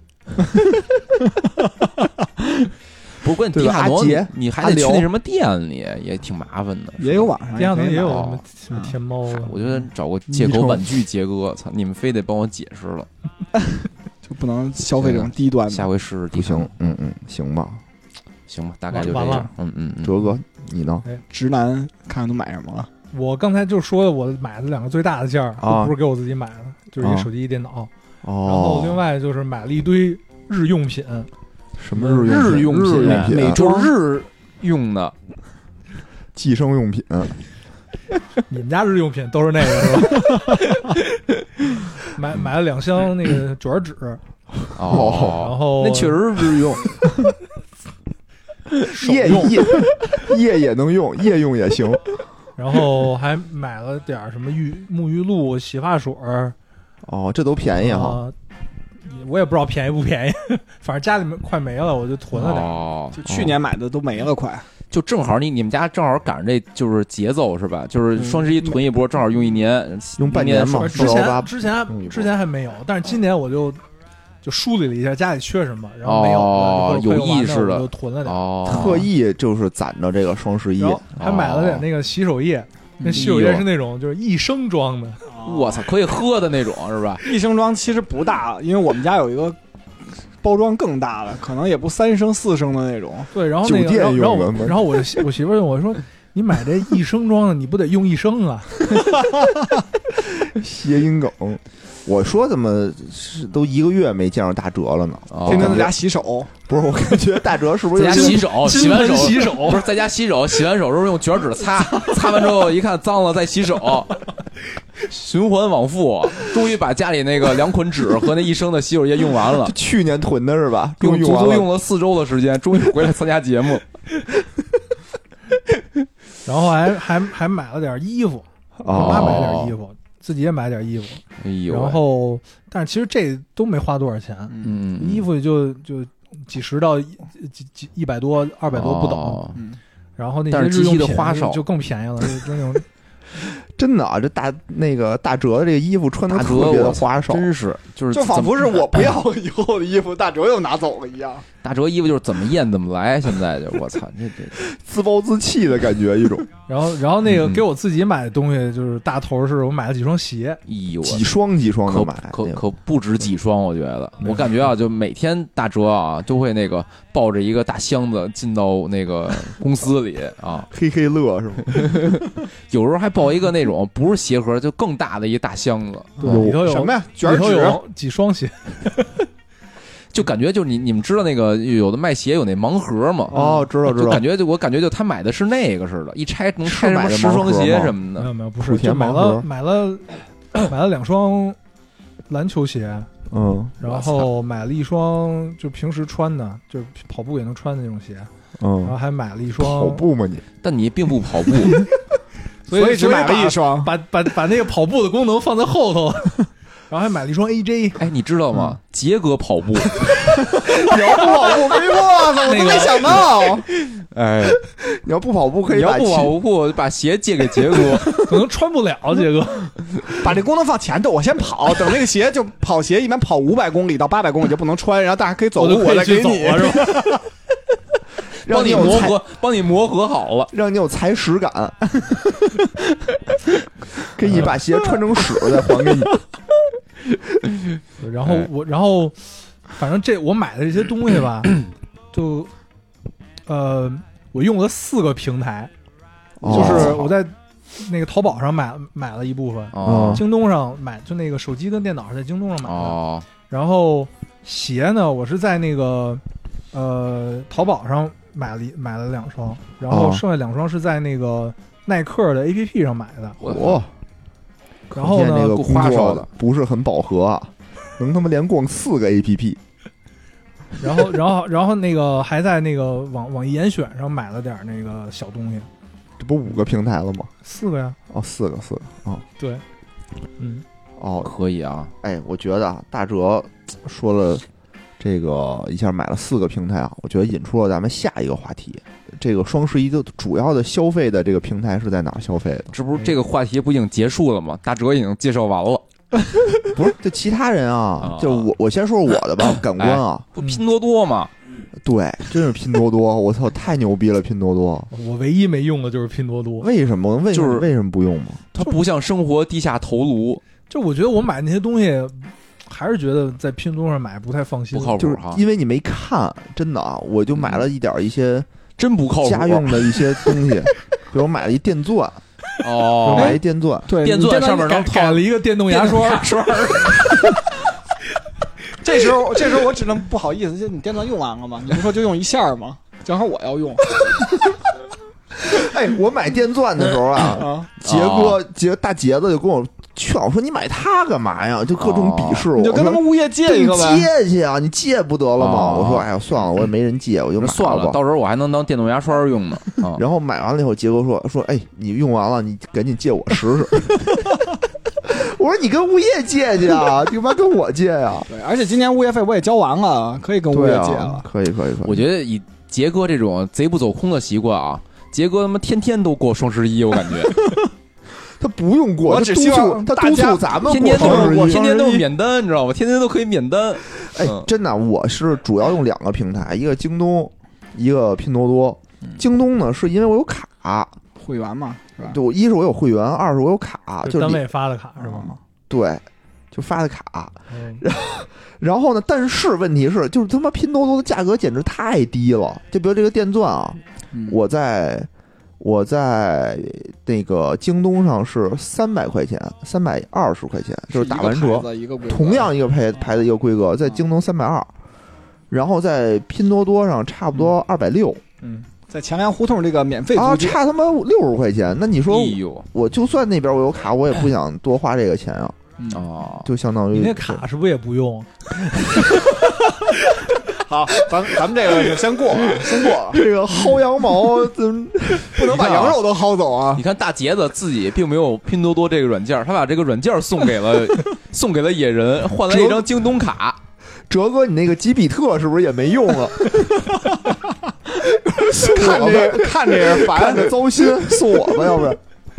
Speaker 1: 不是关键，迪卡侬你还得去那什么店里，也挺麻烦的。
Speaker 4: 也有网上，
Speaker 3: 迪卡侬也有什么什么天猫啊。
Speaker 1: 我觉得找个借口婉拒杰哥，操，你们非得帮我解释了，
Speaker 4: 就不能消费这种低端的。
Speaker 1: 下回试试迪
Speaker 2: 卡侬，嗯嗯，行吧，
Speaker 1: 行吧，大概就这样。嗯嗯嗯，
Speaker 2: 哲哥，你呢？
Speaker 4: 直男看看都买什么了？
Speaker 3: 我刚才就说了，我买了两个最大的件儿，都不是给我自己买的，就是一个手机、一电脑。
Speaker 2: 哦。
Speaker 3: 然后另外就是买了一堆日用品。
Speaker 2: 什么日用
Speaker 1: 日用品？
Speaker 2: 美
Speaker 1: 妆日用的
Speaker 2: 计生用品。
Speaker 3: 你们家日用品都是那个是吧？买买了两箱那个卷纸。
Speaker 1: 哦，
Speaker 3: 然后
Speaker 1: 那确实日用。
Speaker 2: 夜夜夜也能用，夜用也行。
Speaker 3: 然后还买了点什么浴沐浴露、洗发水。
Speaker 2: 哦，这都便宜哈。
Speaker 3: 呃我也不知道便宜不便宜，反正家里面快没了，我就囤了点。
Speaker 1: 哦，
Speaker 4: 就去年买的都没了，快。
Speaker 1: 就正好你你们家正好赶上这就是节奏是吧？就是双十一囤一波，正好用一年，
Speaker 2: 用半年嘛。
Speaker 3: 之前之前之前还没有，但是今年我就就梳理了一下家里缺什么，然后没有
Speaker 1: 了，有意识的
Speaker 3: 就囤了点。
Speaker 1: 哦，
Speaker 2: 特意就是攒着这个双十一，
Speaker 3: 还买了点那个洗手液。 那洗手液是那种就是一升装的，
Speaker 1: 我操，可以喝的那种是吧？
Speaker 4: 一升装其实不大，因为我们家有一个包装更大的，可能也不三升四升的那种。
Speaker 3: 对，然后那个，
Speaker 2: 酒店
Speaker 3: 然后
Speaker 2: 用的吗
Speaker 3: 然后我我媳妇问我说：“你买这一升装的，你不得用一升啊
Speaker 2: 谐音梗。我说怎么是都一个月没见着大哲了呢？
Speaker 1: 哦
Speaker 4: 天天在家洗手，
Speaker 2: 不是，我感觉大哲是不是
Speaker 1: 在家洗手，洗完手
Speaker 3: 洗手
Speaker 1: 不是在家洗手，洗完手时候用卷纸擦，擦完之后一看脏了再洗手，循环往复，终于把家里那个两捆纸和那一升的洗手液用完了
Speaker 2: 就。去年囤的是吧？
Speaker 1: 用足
Speaker 2: 用完了
Speaker 1: 足用了四周的时间，终于回来参加节目。？”
Speaker 3: 然后还还还买了点衣服，我妈买点衣服，自己也买点衣服。
Speaker 1: 哎呦，
Speaker 3: 然后，但是其实这都没花多少钱，
Speaker 1: 嗯，
Speaker 3: 衣服就就几十到几几一百多、二百多不等。
Speaker 1: 哦
Speaker 4: 嗯，
Speaker 3: 然后那
Speaker 1: 但是极其的
Speaker 3: 些日用品
Speaker 1: 花哨
Speaker 3: 就更便宜了，就就那种。
Speaker 2: 真的啊，这大那个大哲这个衣服穿的
Speaker 1: 大哲
Speaker 2: 特别的花哨，
Speaker 1: 真是就是
Speaker 4: 就仿佛是我不要以后的衣服，大哲又拿走了一样。
Speaker 1: 大哲衣服就是怎么验怎么来，现在就我操，这这
Speaker 2: 自暴自弃的感觉一种。
Speaker 3: 然后，然后那个
Speaker 1: 嗯
Speaker 3: 给我自己买的东西就是大头，是我买了几双鞋，
Speaker 1: 哎呦，
Speaker 2: 几双几双的
Speaker 1: 可
Speaker 2: 买，那个
Speaker 1: 可可不止几双，我觉得，
Speaker 3: 没有
Speaker 1: 我感觉啊，就每天大哲啊都会那个抱着一个大箱子进到那个公司里啊，
Speaker 2: 嘿嘿乐是吗？
Speaker 1: 有时候还抱一个那种不是鞋盒，就更大的一大箱子，
Speaker 3: 对，
Speaker 2: 有
Speaker 3: 里头有
Speaker 4: 什么呀？卷
Speaker 3: 里头
Speaker 4: 纸。
Speaker 3: 有几双鞋，
Speaker 1: 就感觉就是你你们知道那个有的卖鞋有那盲盒吗？
Speaker 2: 哦，知道知道
Speaker 1: 就感，觉就我感觉就他买的是那个似的，一拆能拆什么
Speaker 2: 是买的
Speaker 1: 十双鞋
Speaker 2: 盲盒吗
Speaker 1: 什么的。
Speaker 3: 没有没有，不
Speaker 2: 莆
Speaker 3: 是，就买
Speaker 2: 田盲盒
Speaker 3: 了买了买了两双篮球鞋，
Speaker 2: 嗯
Speaker 3: 然后买了一双就平时穿的，就是跑步也能穿的那种鞋，然后
Speaker 2: 嗯，
Speaker 3: 还买了一
Speaker 2: 跑
Speaker 3: 双，
Speaker 2: 步嘛你，
Speaker 1: 但你并不跑步，
Speaker 3: 所以
Speaker 4: 所以只买了一双。
Speaker 3: 把把把那个跑步的功能放在后头，然后还买了一双 A J。
Speaker 1: 哎，你知道吗？杰哥跑步，
Speaker 2: 你要不跑步可以，我操，我都没想到，
Speaker 1: 哎，
Speaker 2: 你要不跑步可以把
Speaker 1: 你要不跑
Speaker 2: 骑
Speaker 1: 步，把鞋借给杰哥。
Speaker 3: 可能穿不了，杰哥。
Speaker 4: 把这功能放前头，我先跑，等那个鞋就跑鞋一般跑五百公里到八百公里就不能穿，然后大家可以走路，
Speaker 3: 我就可以
Speaker 4: 我再给你，
Speaker 3: 去走了，是吧？
Speaker 2: 让
Speaker 1: 帮你
Speaker 2: 有踩
Speaker 1: 磨合，帮你磨合好了。
Speaker 2: 让你有踩屎感，给你把鞋穿成屎再还给你。
Speaker 3: 然后我，然后反正这我买的这些东西吧，就呃，我用了四个平台，就是我在那个淘宝上买买了一部分，
Speaker 1: 哦
Speaker 3: 京东上买，就那个手机跟电脑是在京东上买的。
Speaker 1: 哦，
Speaker 3: 然后鞋呢，我是在那个呃淘宝上买了一买了两双，然后
Speaker 2: 哦
Speaker 3: 剩下两双是在那个耐克的 A P P 上买的。
Speaker 2: 我，
Speaker 3: 然后呢
Speaker 2: 可见这个
Speaker 1: 够
Speaker 2: 工作
Speaker 1: 花哨的
Speaker 2: 不是很饱和啊，能他妈连逛四个 A P P。
Speaker 3: 然后，然后，然后那个还在那个网网易严选上买了点那个小东西，
Speaker 2: 这不五个平台了吗？
Speaker 3: 四个呀。
Speaker 2: 哦，四个，四个，哦，
Speaker 3: 对，嗯，
Speaker 2: 哦，
Speaker 1: 可以啊，
Speaker 2: 哎，我觉得啊，大哲说了这个一下买了四个平台啊，我觉得引出了咱们下一个话题。这个双十一的主要的消费的这个平台是在哪儿消费的？
Speaker 1: 这不是这个话题不已经结束了吗？大哲已经介绍完了，
Speaker 2: 不是，就其他人啊，
Speaker 1: 啊
Speaker 2: 就我我先说说我的吧，感官啊，
Speaker 1: 不拼多多吗？
Speaker 2: 对，真是拼多多，我操，太牛逼了，拼多多。
Speaker 3: 我唯一没用的就是拼多多。
Speaker 2: 为什么？为什么
Speaker 1: 就是
Speaker 2: 为什么不用吗？
Speaker 1: 它不像生活地下头颅，
Speaker 3: 就我觉得我买那些东西，还是觉得在拼多多上买不太放心。
Speaker 1: 不靠谱
Speaker 2: 就是
Speaker 1: 哈，
Speaker 2: 因为你没看，真的啊，我就买了一点一些
Speaker 1: 真不靠谱。
Speaker 2: 家用的一些东西，比如我买了一电钻，我
Speaker 1: 哦，
Speaker 2: 买一电钻，
Speaker 4: 对，
Speaker 1: 电钻上面能套
Speaker 3: 改了一个电动牙刷，
Speaker 1: 牙刷。
Speaker 4: 这时候，这时候我只能不好意思，就你电钻用完了吗？你不说就用一下吗？正好我要用
Speaker 2: 哎，我买电钻的时候啊，
Speaker 4: 啊，
Speaker 2: 杰哥杰大杰子就跟我劝我说：“你买它干嘛呀？”就各种鄙视我，
Speaker 4: 你就跟他们物业借一个呗。
Speaker 2: 你借去啊，你借不得了吗？
Speaker 1: 哦
Speaker 2: 我说：“哎呀，算了，我也没人借，我就买
Speaker 1: 算了，
Speaker 2: 吧。
Speaker 1: 到时候我还能当电动牙刷用呢。啊
Speaker 2: 然后买完了以后，杰哥说：“说哎，你用完了，你赶紧借我试试。”我说：“你跟物业借去啊，你干嘛跟我借呀、
Speaker 4: 对，而且今年物业费我也交完了，可以跟物
Speaker 2: 对啊
Speaker 4: 业借了。
Speaker 2: 可以可以可以。
Speaker 1: 我觉得以杰哥这种贼不走空的习惯啊，杰哥他妈天天都过双十一，我感觉
Speaker 2: 他不用过，他督
Speaker 4: 我只希望
Speaker 2: 促他督
Speaker 4: 大家
Speaker 2: 促咱们
Speaker 1: 天天都是
Speaker 2: 过双十一。
Speaker 1: 天天都是免单，你知道吗？天天都可以免单。
Speaker 2: 哎
Speaker 1: 嗯，
Speaker 2: 真的，我是主要用两个平台，一个京东，一个拼多多。京东呢，是因为我有卡，
Speaker 4: 会员嘛，是吧？
Speaker 2: 对，我一是我有会员，二是我有卡，
Speaker 3: 就
Speaker 2: 就是
Speaker 3: 单位发的卡是吧？
Speaker 2: 对，就发的卡。
Speaker 3: 嗯、
Speaker 2: 然后然后呢，但是问题是，就是他妈拼多多的价格简直太低了。就比如这个电钻啊，
Speaker 4: 嗯、
Speaker 2: 我在我在那个京东上是三百块钱，三百二十块钱，就是打完折，同样一个牌牌的一个规格，在京东三百二，然后在拼多多上差不多二百六。
Speaker 4: 嗯，在钱粮胡同这个免费
Speaker 2: 啊，差他妈六十块钱。那你说，
Speaker 1: 哎、
Speaker 2: 我就算那边我有卡，我也不想多花这个钱啊。
Speaker 1: 哦、
Speaker 2: 嗯，就相当于
Speaker 3: 你那卡是不是也不用？
Speaker 4: 好，咱咱们这个就先过，先过。
Speaker 2: 这个薅羊毛，怎
Speaker 4: 不能把羊肉都薅走啊？
Speaker 1: 你看大杰子自己并没有拼多多这个软件，他把这个软件送给了送给了野人，换来一张京东卡。
Speaker 2: 哲哥，你那个吉比特是不是也没用啊？
Speaker 4: 看着看着烦，
Speaker 2: 看着糟心，送我吧，要不然。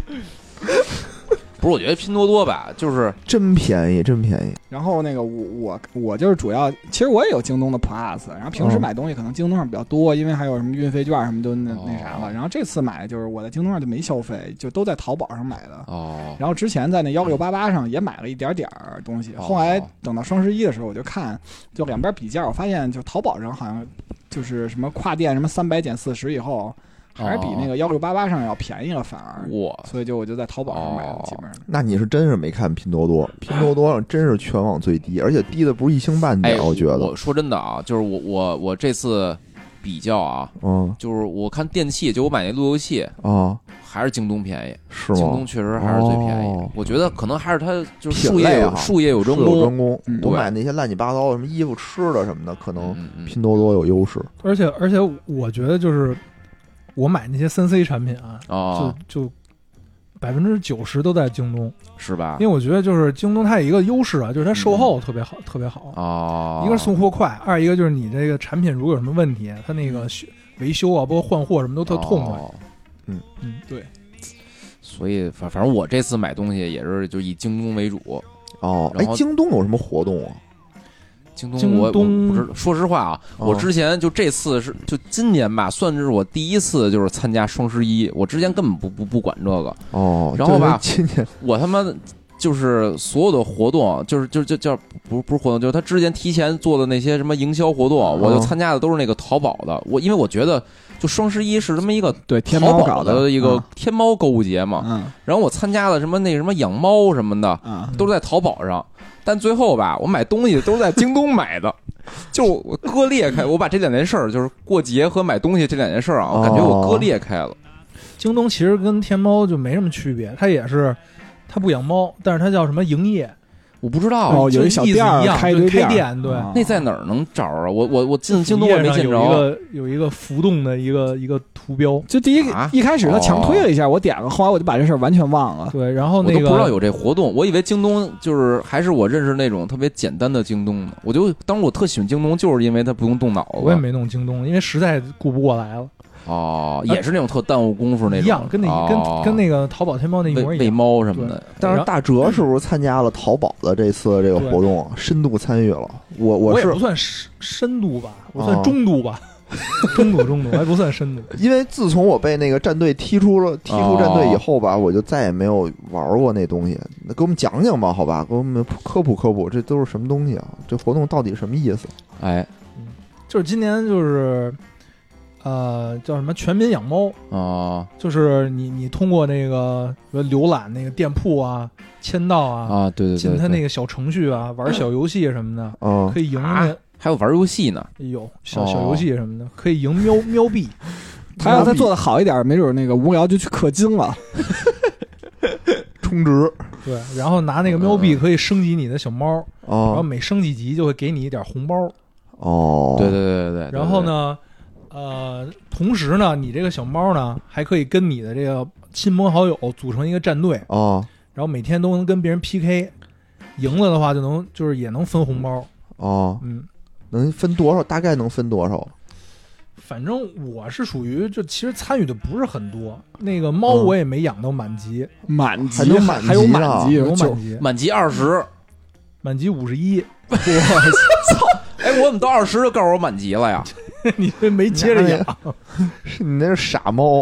Speaker 1: 不是，我觉得拼多多吧，就是
Speaker 2: 真便宜，真便宜。
Speaker 4: 然后那个我我我就是主要，其实我也有京东的 Plus， 然后平时买东西可能京东上比较多，因为还有什么运费券什么都那那啥了。然后这次买就是我在京东上就没消费，就都在淘宝上买的。哦。然后之前在那幺六八八上也买了一点点东西，后来等到双十一的时候，我就看就两边比价，我发现就淘宝上好像就是什么跨店什么三百减四十以后。还是比那个幺六八八上要便宜了，反而
Speaker 1: 哇，
Speaker 4: 所以就我就在淘宝上买的，基本上。
Speaker 2: 那你是真是没看拼多多，拼多多上真是全网最低，而且低的不是一星半点，我觉得。
Speaker 1: 我说真的啊，就是我我我这次比较啊，
Speaker 2: 嗯，
Speaker 1: 就是我看电器，就我买那路由器
Speaker 2: 啊，
Speaker 1: 还是京东便宜，
Speaker 2: 是吗？
Speaker 1: 京东确实还是最便宜。
Speaker 2: 哦、
Speaker 1: 我觉得可能还是它就是术业有术业有专攻，
Speaker 2: 专攻。嗯、我买那些乱七八糟什么衣服、吃的什么的，可能拼多多有优势。
Speaker 3: 嗯嗯、而且而且，我觉得就是。我买那些三 C 产品啊，
Speaker 1: 哦、
Speaker 3: 就就百分之九十都在京东，
Speaker 1: 是吧？
Speaker 3: 因为我觉得就是京东它有一个优势啊，就是它售后特别好，嗯、特别好
Speaker 1: 哦。
Speaker 3: 一个是送货快，二一个就是你这个产品如果有什么问题，它那个维修啊，包括换货什么都特痛快。
Speaker 1: 哦、
Speaker 3: 嗯嗯，
Speaker 4: 对。
Speaker 1: 所以反反正我这次买东西也是就以京东为主。
Speaker 2: 哦，哎，京东有什么活动啊？
Speaker 1: 京东我我不知道，说实话啊，我之前就这次是就今年吧，算是我第一次就是参加双十一，我之前根本不不不管这个
Speaker 2: 哦。
Speaker 1: 然后吧，
Speaker 2: 今年
Speaker 1: 我他妈就是所有的活动，就是就就叫不不是活动，就是他之前提前做的那些什么营销活动，我就参加的都是那个淘宝的。我因为我觉得就双十一是这么一个
Speaker 4: 对天猫搞
Speaker 1: 的一个天猫购物节嘛，
Speaker 4: 嗯，
Speaker 1: 然后我参加了什么那什么养猫什么的，
Speaker 4: 嗯，
Speaker 1: 都是在淘宝上。但最后吧，我买东西都是在京东买的，就我割裂开，我把这两件事儿，就是过节和买东西这两件事儿啊，我感觉我割裂开了。
Speaker 3: 京东其实跟天猫就没什么区别，它也是，它不养猫，但是它叫什么营业，
Speaker 1: 我不知道。
Speaker 4: 哦，有一小店儿
Speaker 3: 开
Speaker 4: 一
Speaker 3: 开店，对，
Speaker 1: 那在哪儿能找啊？我我我进京东也没见着。
Speaker 3: 有一个有一个浮动的一个一个图标，
Speaker 4: 就第一
Speaker 1: 啊
Speaker 4: 一开始他强推了一下，我点了，后来我就把这事儿完全忘了。
Speaker 3: 对，然后那个
Speaker 1: 我都不知道有这活动，我以为京东就是还是我认识那种特别简单的京东呢。我就当时我特喜欢京东，就是因为它不用动脑子。
Speaker 3: 我也没弄京东，因为实在顾不过来了。
Speaker 1: 哦，也是那种特耽误功夫那种，
Speaker 3: 一样，跟那、
Speaker 1: 哦、
Speaker 3: 跟跟那个淘宝、天猫那一模一样。
Speaker 1: 喂猫什么的。
Speaker 2: 但是大哲是不是参加了淘宝的这次这个活动，深度参与了？我
Speaker 3: 我
Speaker 2: 是
Speaker 3: 我也不算深度吧，我算中度吧，哦、中度中度还不算深度。
Speaker 2: 因为自从我被那个战队踢出了踢出战队以后吧，哦、我就再也没有玩过那东西。那给我们讲讲吧，好吧，给我们科普科普，这都是什么东西啊？这活动到底什么意思？
Speaker 1: 哎，
Speaker 3: 嗯，就是今年就是。呃，叫什么全民养猫
Speaker 1: 啊、哦？
Speaker 3: 就是你你通过那个浏览那个店铺啊、签到啊
Speaker 1: 啊，对对 对, 对，
Speaker 3: 进他那个小程序啊，玩小游戏什么的，
Speaker 2: 哦，
Speaker 3: 可以赢那、
Speaker 1: 啊、还有玩游戏呢，
Speaker 3: 有小小游戏什么的，哦、可以赢喵喵币。
Speaker 4: 他要他做的好一点，没准那个无聊就去氪金了，
Speaker 2: 充值。
Speaker 3: 对，然后拿那个喵币可以升级你的小猫，
Speaker 2: 哦、
Speaker 3: 然后每升几级就会给你一点红包。
Speaker 2: 哦，
Speaker 1: 对对对对对。
Speaker 3: 然后呢？呃，同时呢，你这个小猫呢，还可以跟你的这个亲朋好友组成一个战队
Speaker 2: 哦，
Speaker 3: 然后每天都能跟别人 P K， 赢了的话就能就是也能分红包
Speaker 2: 哦，
Speaker 3: 嗯，
Speaker 2: 能分多少？大概能分多少？
Speaker 3: 反正我是属于就其实参与的不是很多，那个猫我也没养到满级，
Speaker 4: 嗯、满级
Speaker 2: 还能满级
Speaker 4: 还有满级，
Speaker 3: 有满级，
Speaker 1: 满级二十，
Speaker 3: 满级五十一，
Speaker 1: 我操！哎，我怎么到二十就告诉我满级了呀？
Speaker 3: 你这没接着养，
Speaker 2: 是你那是傻猫，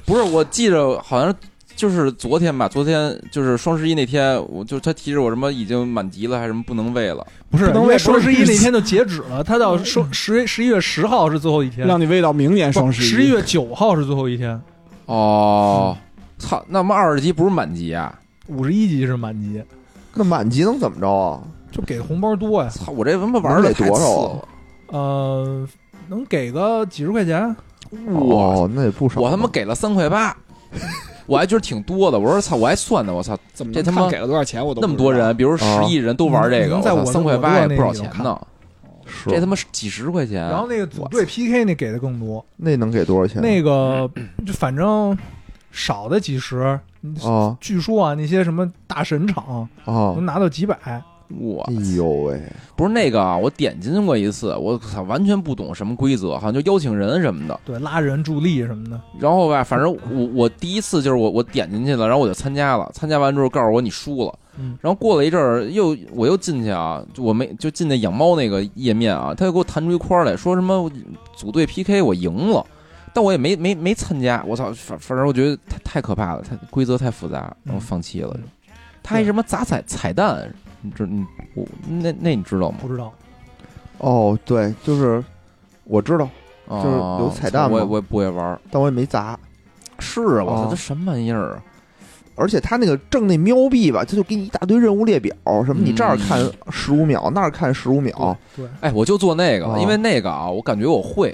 Speaker 1: 不是，我记着好像就是昨天吧，昨天就是双十一那天，我就他提示我什么已经满级了，还是什么不能喂了。
Speaker 3: 不是，因为双十一那天就截止了，他到
Speaker 1: 嗯
Speaker 3: 十十一月十号是最后一天，
Speaker 4: 让你喂到明年双十一。
Speaker 3: 十一月九号是最后一天。
Speaker 1: 哦，操，那么二十级不是满级啊？
Speaker 3: 五十一级是满级。
Speaker 2: 那满级能怎么着啊？
Speaker 3: 就给红包多呀！
Speaker 1: 操，我这他妈玩的
Speaker 2: 多少啊？
Speaker 3: 呃，能给个几十块钱。
Speaker 2: 哇，那也不少。
Speaker 1: 我他妈给了三块八。我还觉得挺多的，我说操，我还算呢，我操，
Speaker 4: 怎么
Speaker 1: 这他妈
Speaker 4: 给了多少钱？我都
Speaker 1: 那么多人，比如十亿人都玩这个，
Speaker 3: 在我
Speaker 1: 三块八也不少钱呢。
Speaker 2: 是
Speaker 1: 这他妈是几十块钱。
Speaker 3: 然后那个组队 P K 那给的更多，
Speaker 2: 那能给多少钱？
Speaker 3: 那个就反正少的几十
Speaker 2: 啊，
Speaker 3: 据说啊，那些什么大神场
Speaker 2: 啊，
Speaker 3: 能拿到几百。
Speaker 1: 哇，
Speaker 2: 哎呦喂！
Speaker 1: 不是那个啊，我点进去过一次，我操，完全不懂什么规则，好像就邀请人什么的，
Speaker 3: 对，拉人助力什么的。
Speaker 1: 然后吧，反正我我第一次就是我我点进去了，然后我就参加了，参加完之后告诉我你输了，
Speaker 3: 嗯，
Speaker 1: 然后过了一阵儿又我又进去啊，就我没就进那养猫那个页面啊，他又给我弹出一框来说什么组队 P K 我赢了，但我也没没没参加，我操，反反正我觉得太太可怕了，太规则太复杂，然后放弃了。
Speaker 3: 嗯、
Speaker 1: 他还什么砸彩彩蛋。你知你我那那你知道吗？
Speaker 3: 不知道。
Speaker 2: 哦，对，就是我知道，
Speaker 1: 哦、
Speaker 2: 就是有彩蛋嘛。
Speaker 1: 我也我也不会玩，
Speaker 2: 但我也没砸。
Speaker 1: 是啊，我操，这什么玩意儿啊！
Speaker 2: 而且他那个挣那喵币吧，他就给你一大堆任务列表，什么你这儿看十五秒，嗯、那儿看十五秒。
Speaker 3: 对，
Speaker 1: 哎，我就做那个，
Speaker 2: 哦、
Speaker 1: 因为那个啊，我感觉我会。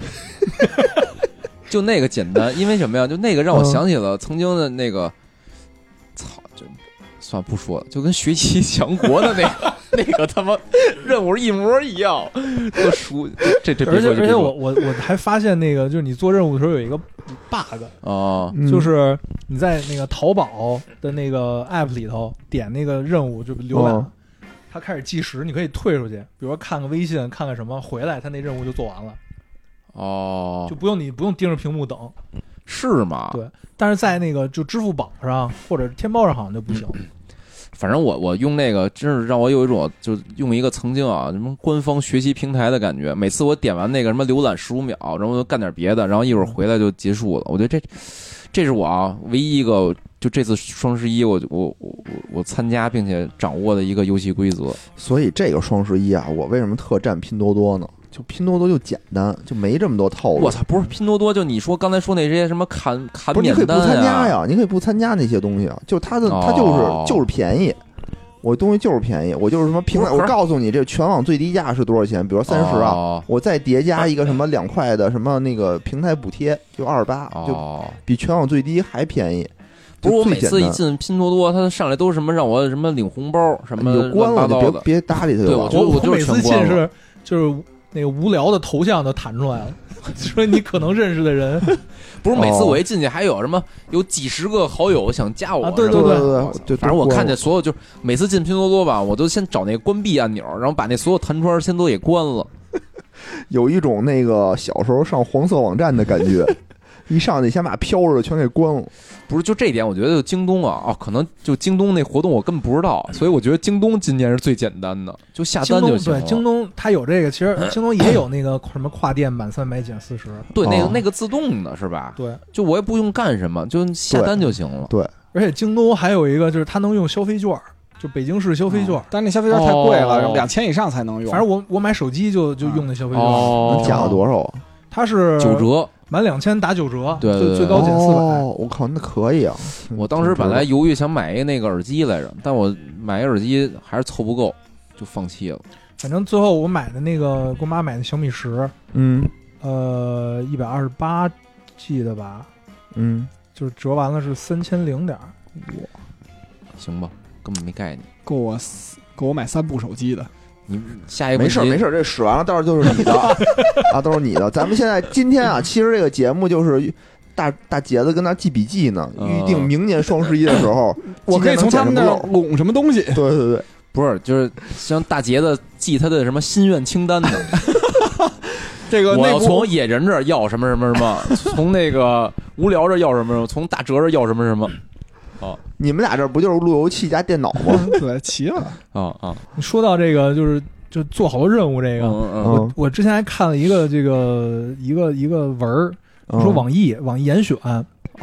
Speaker 1: 就那个简单，因为什么呀？就那个让我想起了曾经的那个，操、嗯，就。算了不说了，就跟学习强国的那个那个他妈任务一模一样，我熟这这
Speaker 3: 而且而且我我我还发现那个就是你做任务的时候有一个 bug
Speaker 1: 啊、
Speaker 3: 嗯，就是你在那个淘宝的那个 app 里头点那个任务就浏览，哦、它开始计时，你可以退出去，比如说看个微信，看看什么，回来它那任务就做完了，
Speaker 1: 哦，
Speaker 3: 就不用你不用盯着屏幕等。
Speaker 1: 是吗？
Speaker 3: 对，但是在那个就支付宝上或者天猫上好像就不行。
Speaker 1: 反正我我用那个真是让我有一种就用一个曾经啊什么官方学习平台的感觉。每次我点完那个什么浏览十五秒，然后就干点别的，然后一会儿回来就结束了。我觉得这这是我啊唯一一个就这次双十一我我我我参加并且掌握的一个游戏规则。
Speaker 2: 所以这个双十一啊，我为什么特赞拼多多呢？就拼多多就简单，就没这么多套路。
Speaker 1: 我操，不是拼多多，就你说刚才说那些什么砍砍免单、啊、
Speaker 2: 不是你可以不参加呀，你可以不参加那些东西啊。就它的它就是、哦、就是便宜，我东西就是便宜，我就是什么平台，我告诉你这全网最低价是多少钱，比如三十啊、哦，我再叠加一个什么两块的什么那个平台补贴，就二十八，就比全网最低还便宜。
Speaker 1: 不是我每次一进拼多多，他上来都是什么让我什么领红包什么
Speaker 2: 你就关了，你别别搭理他。
Speaker 1: 对，我觉得我
Speaker 3: 每次进是就是那个无聊的头像都弹出来了，说你可能认识的人。
Speaker 1: 不是每次我一进去还有什么有几十个好友想加我，
Speaker 3: 啊、对对对
Speaker 2: 对对，
Speaker 1: 反正我看见所有就是每次进拼多多吧，我都先找那个关闭按钮，然后把那所有弹窗先都给关了。
Speaker 2: 有一种那个小时候上黄色网站的感觉。一上去先把飘着的全给关了。
Speaker 1: 不是，就这点我觉得就京东啊，哦，可能就京东那活动我根本不知道，所以我觉得京东今年是最简单的，就下单就行了。
Speaker 3: 对，京东它有这个，其实京东也有那个什么跨店满三百减四十。
Speaker 1: 对，那个那个自动的是吧？
Speaker 3: 对，
Speaker 1: 就我也不用干什么，就下单就行了。
Speaker 2: 对，
Speaker 3: 而且京东还有一个就是它能用消费券，就北京市消费券，
Speaker 4: 哦、但是那消费券太贵了，两、哦、千以上才能用。
Speaker 3: 反正我我买手机就就用那消费券，
Speaker 1: 哦、
Speaker 2: 能减了多少啊？
Speaker 3: 它是
Speaker 1: 九折。
Speaker 3: 满两千打九折，
Speaker 1: 对，对对
Speaker 3: 最高减四百。
Speaker 2: 哦，我靠，那可以啊！
Speaker 1: 我当时本来犹豫想买一个那个耳机来着，但我买一耳机还是凑不够，就放弃了。
Speaker 3: 反正最后我买的那个，给我妈买的小米十，
Speaker 2: 嗯，
Speaker 3: 呃，一百二十八 G 的吧，
Speaker 2: 嗯，
Speaker 3: 就是折完了是三千零点。
Speaker 1: 哇，行吧，根本没概念，
Speaker 4: 够我够我买三部手机的。
Speaker 1: 你下一个
Speaker 2: 没事没事，这使完了到时候就是你的啊，都是你的。咱们现在今天啊，其实这个节目就是大大杰子跟他记笔记呢，
Speaker 1: 嗯、
Speaker 2: 预定明年双十一的时候，
Speaker 4: 我可以从他们那儿拢什么东西。
Speaker 2: 对对对，
Speaker 1: 不是，就是像大杰子记他的什么心愿清单呢？
Speaker 4: 这个
Speaker 1: 我要从野人这儿要什么什么什么，从那个无聊这儿要什么什么，从大哲这儿要什么什么。哦，
Speaker 2: 你们俩这不就是路由器加电脑吗？
Speaker 4: 对，齐了。
Speaker 1: 啊啊！
Speaker 3: 你说到这个，就是就做好多任务，这个，
Speaker 1: 嗯嗯、
Speaker 3: 我我之前还看了一个这个一个一个文儿，说网易、嗯、网易严选，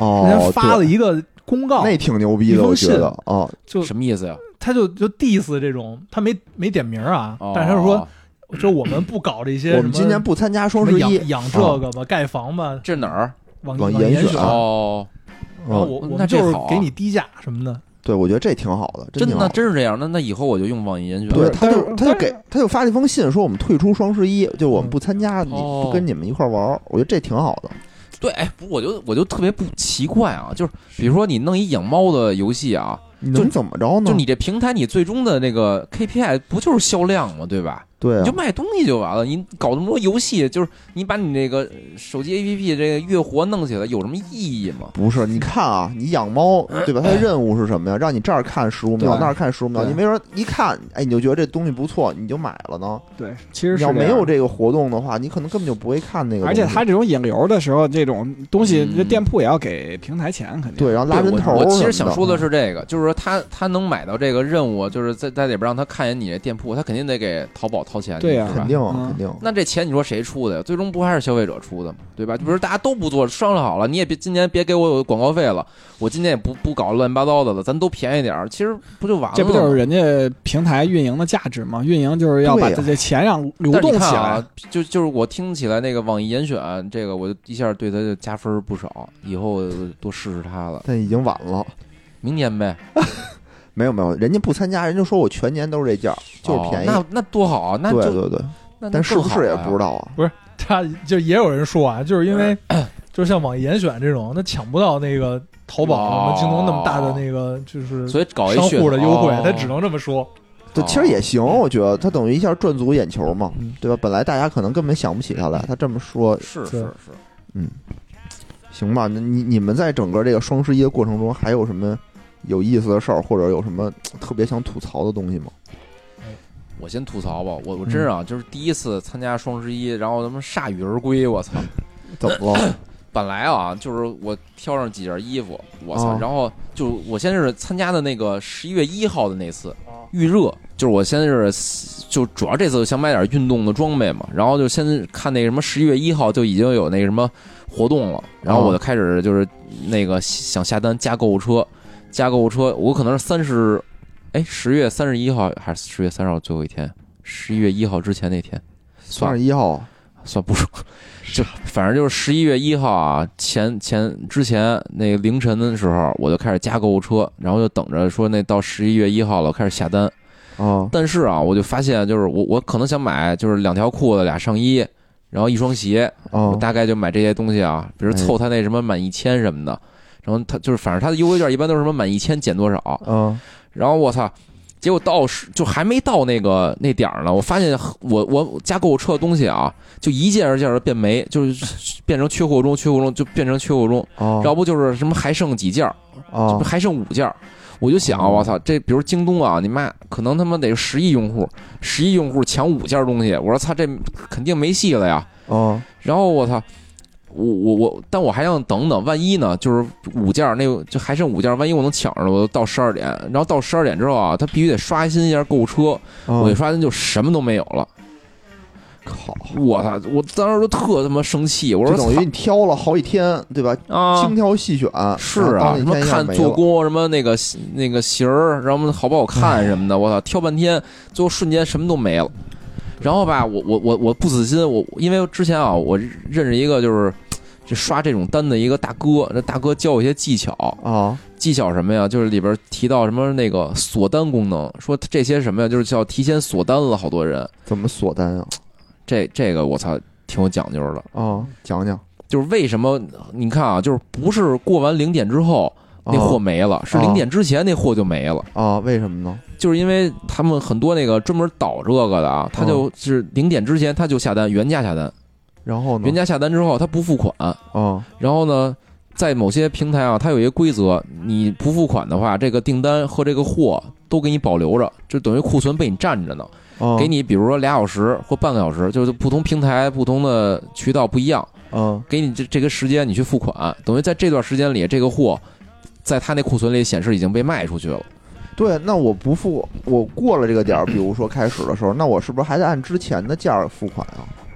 Speaker 2: 哦，
Speaker 3: 人家发了一个公告，
Speaker 2: 那挺牛逼的，我觉得啊，
Speaker 3: 就
Speaker 1: 什么意思呀？
Speaker 3: 他就就 diss 这种，他没没点名啊，
Speaker 1: 哦、
Speaker 3: 但是他就说，就我们不搞这些，
Speaker 2: 我们今年不参加双十一，
Speaker 3: 养养这个吧，哦、盖房吧，
Speaker 1: 这哪儿？
Speaker 3: 网
Speaker 2: 网
Speaker 3: 严
Speaker 2: 选
Speaker 1: 哦，
Speaker 3: 然后我我们就是给你低价什么的。
Speaker 2: 对，我觉得这挺好的，
Speaker 1: 真
Speaker 2: 的
Speaker 1: 那真是这样。那那以后我就用网易严选。
Speaker 2: 对，他就他就给他就发了一封信，说我们退出双十一，就我们不参加，你
Speaker 1: 哦、
Speaker 2: 不跟你们一块玩。我觉得这挺好的。
Speaker 1: 对，哎，不，我就我就特别不奇怪啊，就是比如说你弄一养猫的游戏啊，
Speaker 2: 你能怎么着呢？
Speaker 1: 就你这平台，你最终的那个 K P I 不就是销量吗？对吧？
Speaker 2: 对、啊，
Speaker 1: 你就卖东西就完了。你搞那么多游戏，就是你把你那个手机 A P P 这个月活弄起来，有什么意义吗？
Speaker 2: 不是，你看啊，你养猫对吧？它的任务是什么呀？让你这儿看十五秒，那儿看十五秒。你没准一看，哎，你就觉得这东西不错，你就买了呢。
Speaker 4: 对，其实
Speaker 2: 你要没有这个活动的话，你可能根本就不会看那个。
Speaker 4: 而且它这种引流的时候，这种东西，这、嗯、店铺也要给平台钱，肯定
Speaker 2: 对，然后拉人头。
Speaker 1: 我其实想说的是这个，就是说他他能买到这个任务，就是在在里边让他看见你这店铺，他肯定得给淘宝掏钱。
Speaker 4: 对呀、
Speaker 2: 啊，肯定。肯定，
Speaker 1: 那这钱你说谁出的呀？最终不还是消费者出的吗？对吧？就比如大家都不做，商量好了，你也别今年别给我有广告费了，我今年也不不搞乱七八糟的了，咱都便宜点，其实不就完了？
Speaker 4: 这不就是人家平台运营的价值吗？运营就是要把这些钱让流动起来。
Speaker 1: 啊、就就是我听起来那个网易严选这个，我就一下对他就加分不少，以后多试试他了。
Speaker 2: 但已经晚了，
Speaker 1: 明年呗。
Speaker 2: 没有没有，人家不参加，人家说我全年都是这价，就是便宜。
Speaker 1: 哦、那那多好啊！那就
Speaker 2: 对对对。但是不是也不知道啊？
Speaker 3: 不是，他就也有人说啊，就是因为，就像网易严选这种，他抢不到那个淘宝、什么京东那么大的那个，就是
Speaker 1: 所以搞一
Speaker 3: 商户的优惠，
Speaker 1: 哦、
Speaker 3: 他只能这么说。
Speaker 2: 对，其实也行，我觉得他等于一下赚足眼球嘛，对吧？本来大家可能根本想不起他来，他这么说，
Speaker 1: 是是是，
Speaker 2: 嗯，行吧？那你你们在整个这个双十一的过程中，还有什么有意思的事儿，或者有什么特别想吐槽的东西吗？
Speaker 1: 我先吐槽吧，我我真是啊，嗯、就是第一次参加双十一，然后他妈铩羽而归，我操！
Speaker 2: 怎么了？
Speaker 1: 本来啊，就是我挑上几件衣服，我操，
Speaker 2: 哦、
Speaker 1: 然后就我先是参加的那个十一月一号的那次预热，就是我先是就主要这次想买点运动的装备嘛，然后就先看那什么十一月一号就已经有那个什么活动了，然后我就开始就是那个想下单加购物车，加购物车，我可能是三十。哎，十月三十一号还是十月三十号最后一天？十一月一号之前那天，
Speaker 2: 三十一号
Speaker 1: 算不说，就反正就是十一月一号啊，前前之前那个凌晨的时候，我就开始加购物车，然后就等着说那到十一月一号了，我开始下单。
Speaker 2: 哦，
Speaker 1: 但是啊，我就发现就是我我可能想买就是两条裤子、俩上衣，然后一双鞋，
Speaker 2: 哦、
Speaker 1: 我大概就买这些东西啊，比如凑他那什么满一千什么的，然后他就是反正他的优惠券一般都是什么满一千减多少，
Speaker 2: 嗯、哦。
Speaker 1: 然后我操，结果到就还没到那个那点儿呢，我发现我我加购物车的东西啊，就一件一件的变没，就是变成缺货中，缺货中就变成缺货中，
Speaker 2: 哦、
Speaker 1: 要不就是什么还剩几件，
Speaker 2: 哦，
Speaker 1: 还剩五件。我就想，我操，这比如京东啊，你妈可能他妈得十亿用户，十亿用户抢五件东西，我说操，这肯定没戏了呀。
Speaker 2: 哦，
Speaker 1: 然后我操。我我我，但我还想等等，万一呢？就是五件那就还剩五件，万一我能抢着，我到十二点，然后到十二点之后啊，他必须得刷新一下购物车，
Speaker 2: 哦、
Speaker 1: 我一刷新就什么都没有了。
Speaker 2: 靠！
Speaker 1: 我操！我当时就特他妈生气，我说
Speaker 2: 等于你挑了好几天，对吧？
Speaker 1: 啊，
Speaker 2: 精挑细选。
Speaker 1: 是啊，什么看做工，什么那个那个型儿，然后好不好看什么的，我操，挑半天，最后瞬间什么都没了。然后吧，我我我我不死心，我因为之前啊，我认识一个就是这刷这种单的一个大哥，这大哥教我一些技巧
Speaker 2: 啊，
Speaker 1: 技巧什么呀？就是里边提到什么那个锁单功能，说这些什么呀？就是叫提前锁单了，好多人
Speaker 2: 怎么锁单啊？
Speaker 1: 这这个我操，挺有讲究的
Speaker 2: 啊，讲讲，
Speaker 1: 就是为什么你看啊，就是不是过完零点之后。那货没了，是零点之前那货就没了
Speaker 2: 啊？为什么呢？
Speaker 1: 就是因为他们很多那个专门导这个的啊，他就是零点之前他就下单原价下单，
Speaker 2: 然后呢？
Speaker 1: 原价下单之后他不付款
Speaker 2: 啊，
Speaker 1: 然后呢，在某些平台啊，它有一个规则，你不付款的话，这个订单和这个货都给你保留着，就等于库存被你占着呢。
Speaker 2: 啊、
Speaker 1: 给你比如说俩小时或半个小时，就是不同平台、不同的渠道不一样，
Speaker 2: 嗯，
Speaker 1: 给你这这个时间你去付款，等于在这段时间里，这个货。在他那库存里显示已经被卖出去了。
Speaker 2: 对，那我不付，我过了这个点儿，比如说开始的时候，那我是不是还得按之前的价付款啊？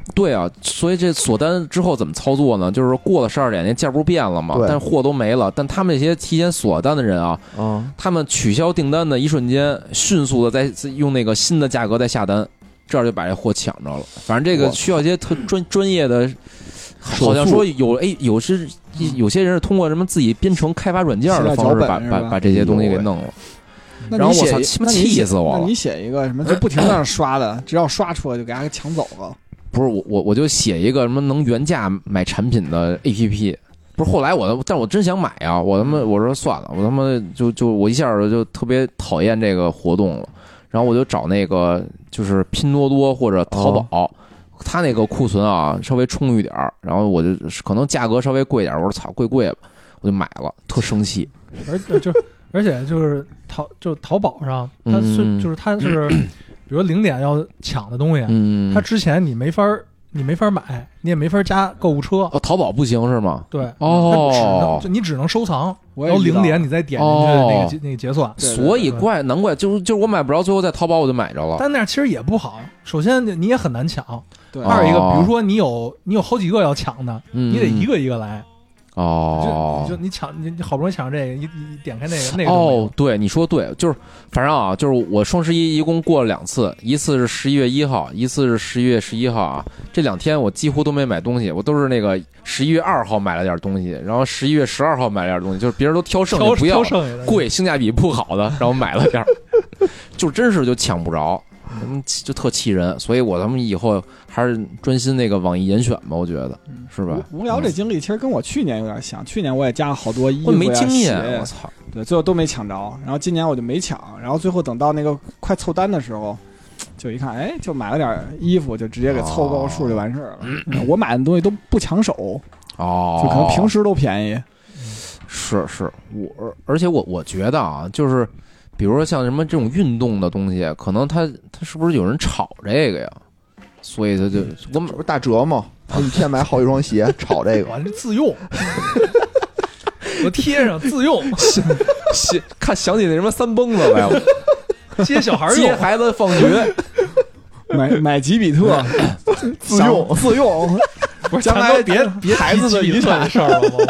Speaker 1: 对啊，所以这锁单之后怎么操作呢？就是过了十二点，那件不是变了吗？但是货都没了。但他们这些提前锁单的人啊，
Speaker 2: 嗯，
Speaker 1: 他们取消订单的一瞬间，迅速的再用那个新的价格再下单，这样就把这货抢着了。反正这个需要一些特专专业的，好像说有哎，有是有些人是通过什么自己编程开发软件的方式把把把这些东西给弄了。然后我操，气死我了！
Speaker 4: 那你写一个什么，就不停的刷的，只要刷出来就给他给抢走了。
Speaker 1: 不是我我我就写一个什么能原价买产品的 A P P。不是后来我，但我真想买啊！我他妈我说算了，我他妈就就我一下就特别讨厌这个活动了。然后我就找那个就是拼多多或者淘宝，哦、他那个库存啊稍微充裕点儿，然后我就可能价格稍微贵点儿，我说操贵贵吧，我就买了，特生气。
Speaker 3: 而且就而且就是淘就淘宝上，它是、嗯、就是它是，比如零点要抢的东西，嗯，它之前你没法你没法买，你也没法加购物车。
Speaker 1: 哦，淘宝不行是吗？
Speaker 3: 对，
Speaker 1: 哦，
Speaker 3: 它只能就你只能收藏，然后零点你再点进去那个、哦、那个结算。
Speaker 1: 所以怪难怪就是就是我买不着，最后在淘宝我就买着了。
Speaker 3: 但那样其实也不好，首先你也很难抢，
Speaker 4: 对。
Speaker 3: 二一个，比如说你有你有好几个要抢的，
Speaker 1: 嗯、
Speaker 3: 你得一个一个来。
Speaker 1: 哦，
Speaker 3: 就就你抢你好不容易抢这个，你你点开那个那个
Speaker 1: 哦，对，你说对，就是反正啊，就是我双十一一共过了两次，一次是十一月一号，一次是十一月十一号啊。这两天我几乎都没买东西，我都是那个十一月二号买了点东西，然后十一月十二号买了点东西，就是别人都挑剩下不要贵性价比不好的，然后买了点，就真是就抢不着。嗯，就特气人，所以我他们以后还是专心那个网易严选吧，我觉得是吧？
Speaker 4: 无聊这经历其实跟我去年有点像，去年我也加了好多衣服，
Speaker 1: 我没经验，我操，
Speaker 4: 对，最后都没抢着。然后今年我就没抢，然后最后等到那个快凑单的时候，就一看，哎，就买了点衣服，就直接给凑够数就完事儿了。哦、我买的东西都不抢手，
Speaker 1: 哦，
Speaker 4: 就可能平时都便宜。
Speaker 1: 是是，我而且我我觉得啊，就是。比如说像什么这种运动的东西，可能他他是不是有人炒这个呀？所以他就
Speaker 2: 我们不是打折吗？他一天买好几双鞋，炒这个，
Speaker 3: 完了自用，我贴上自用，
Speaker 1: 看想起那什么三蹦子来了，
Speaker 3: 接小孩用，
Speaker 1: 接孩子放学，
Speaker 4: 买买吉比特，
Speaker 2: 自用
Speaker 4: 自用。
Speaker 3: 不是将来别别
Speaker 4: 孩子的遗产
Speaker 3: 事儿了吗？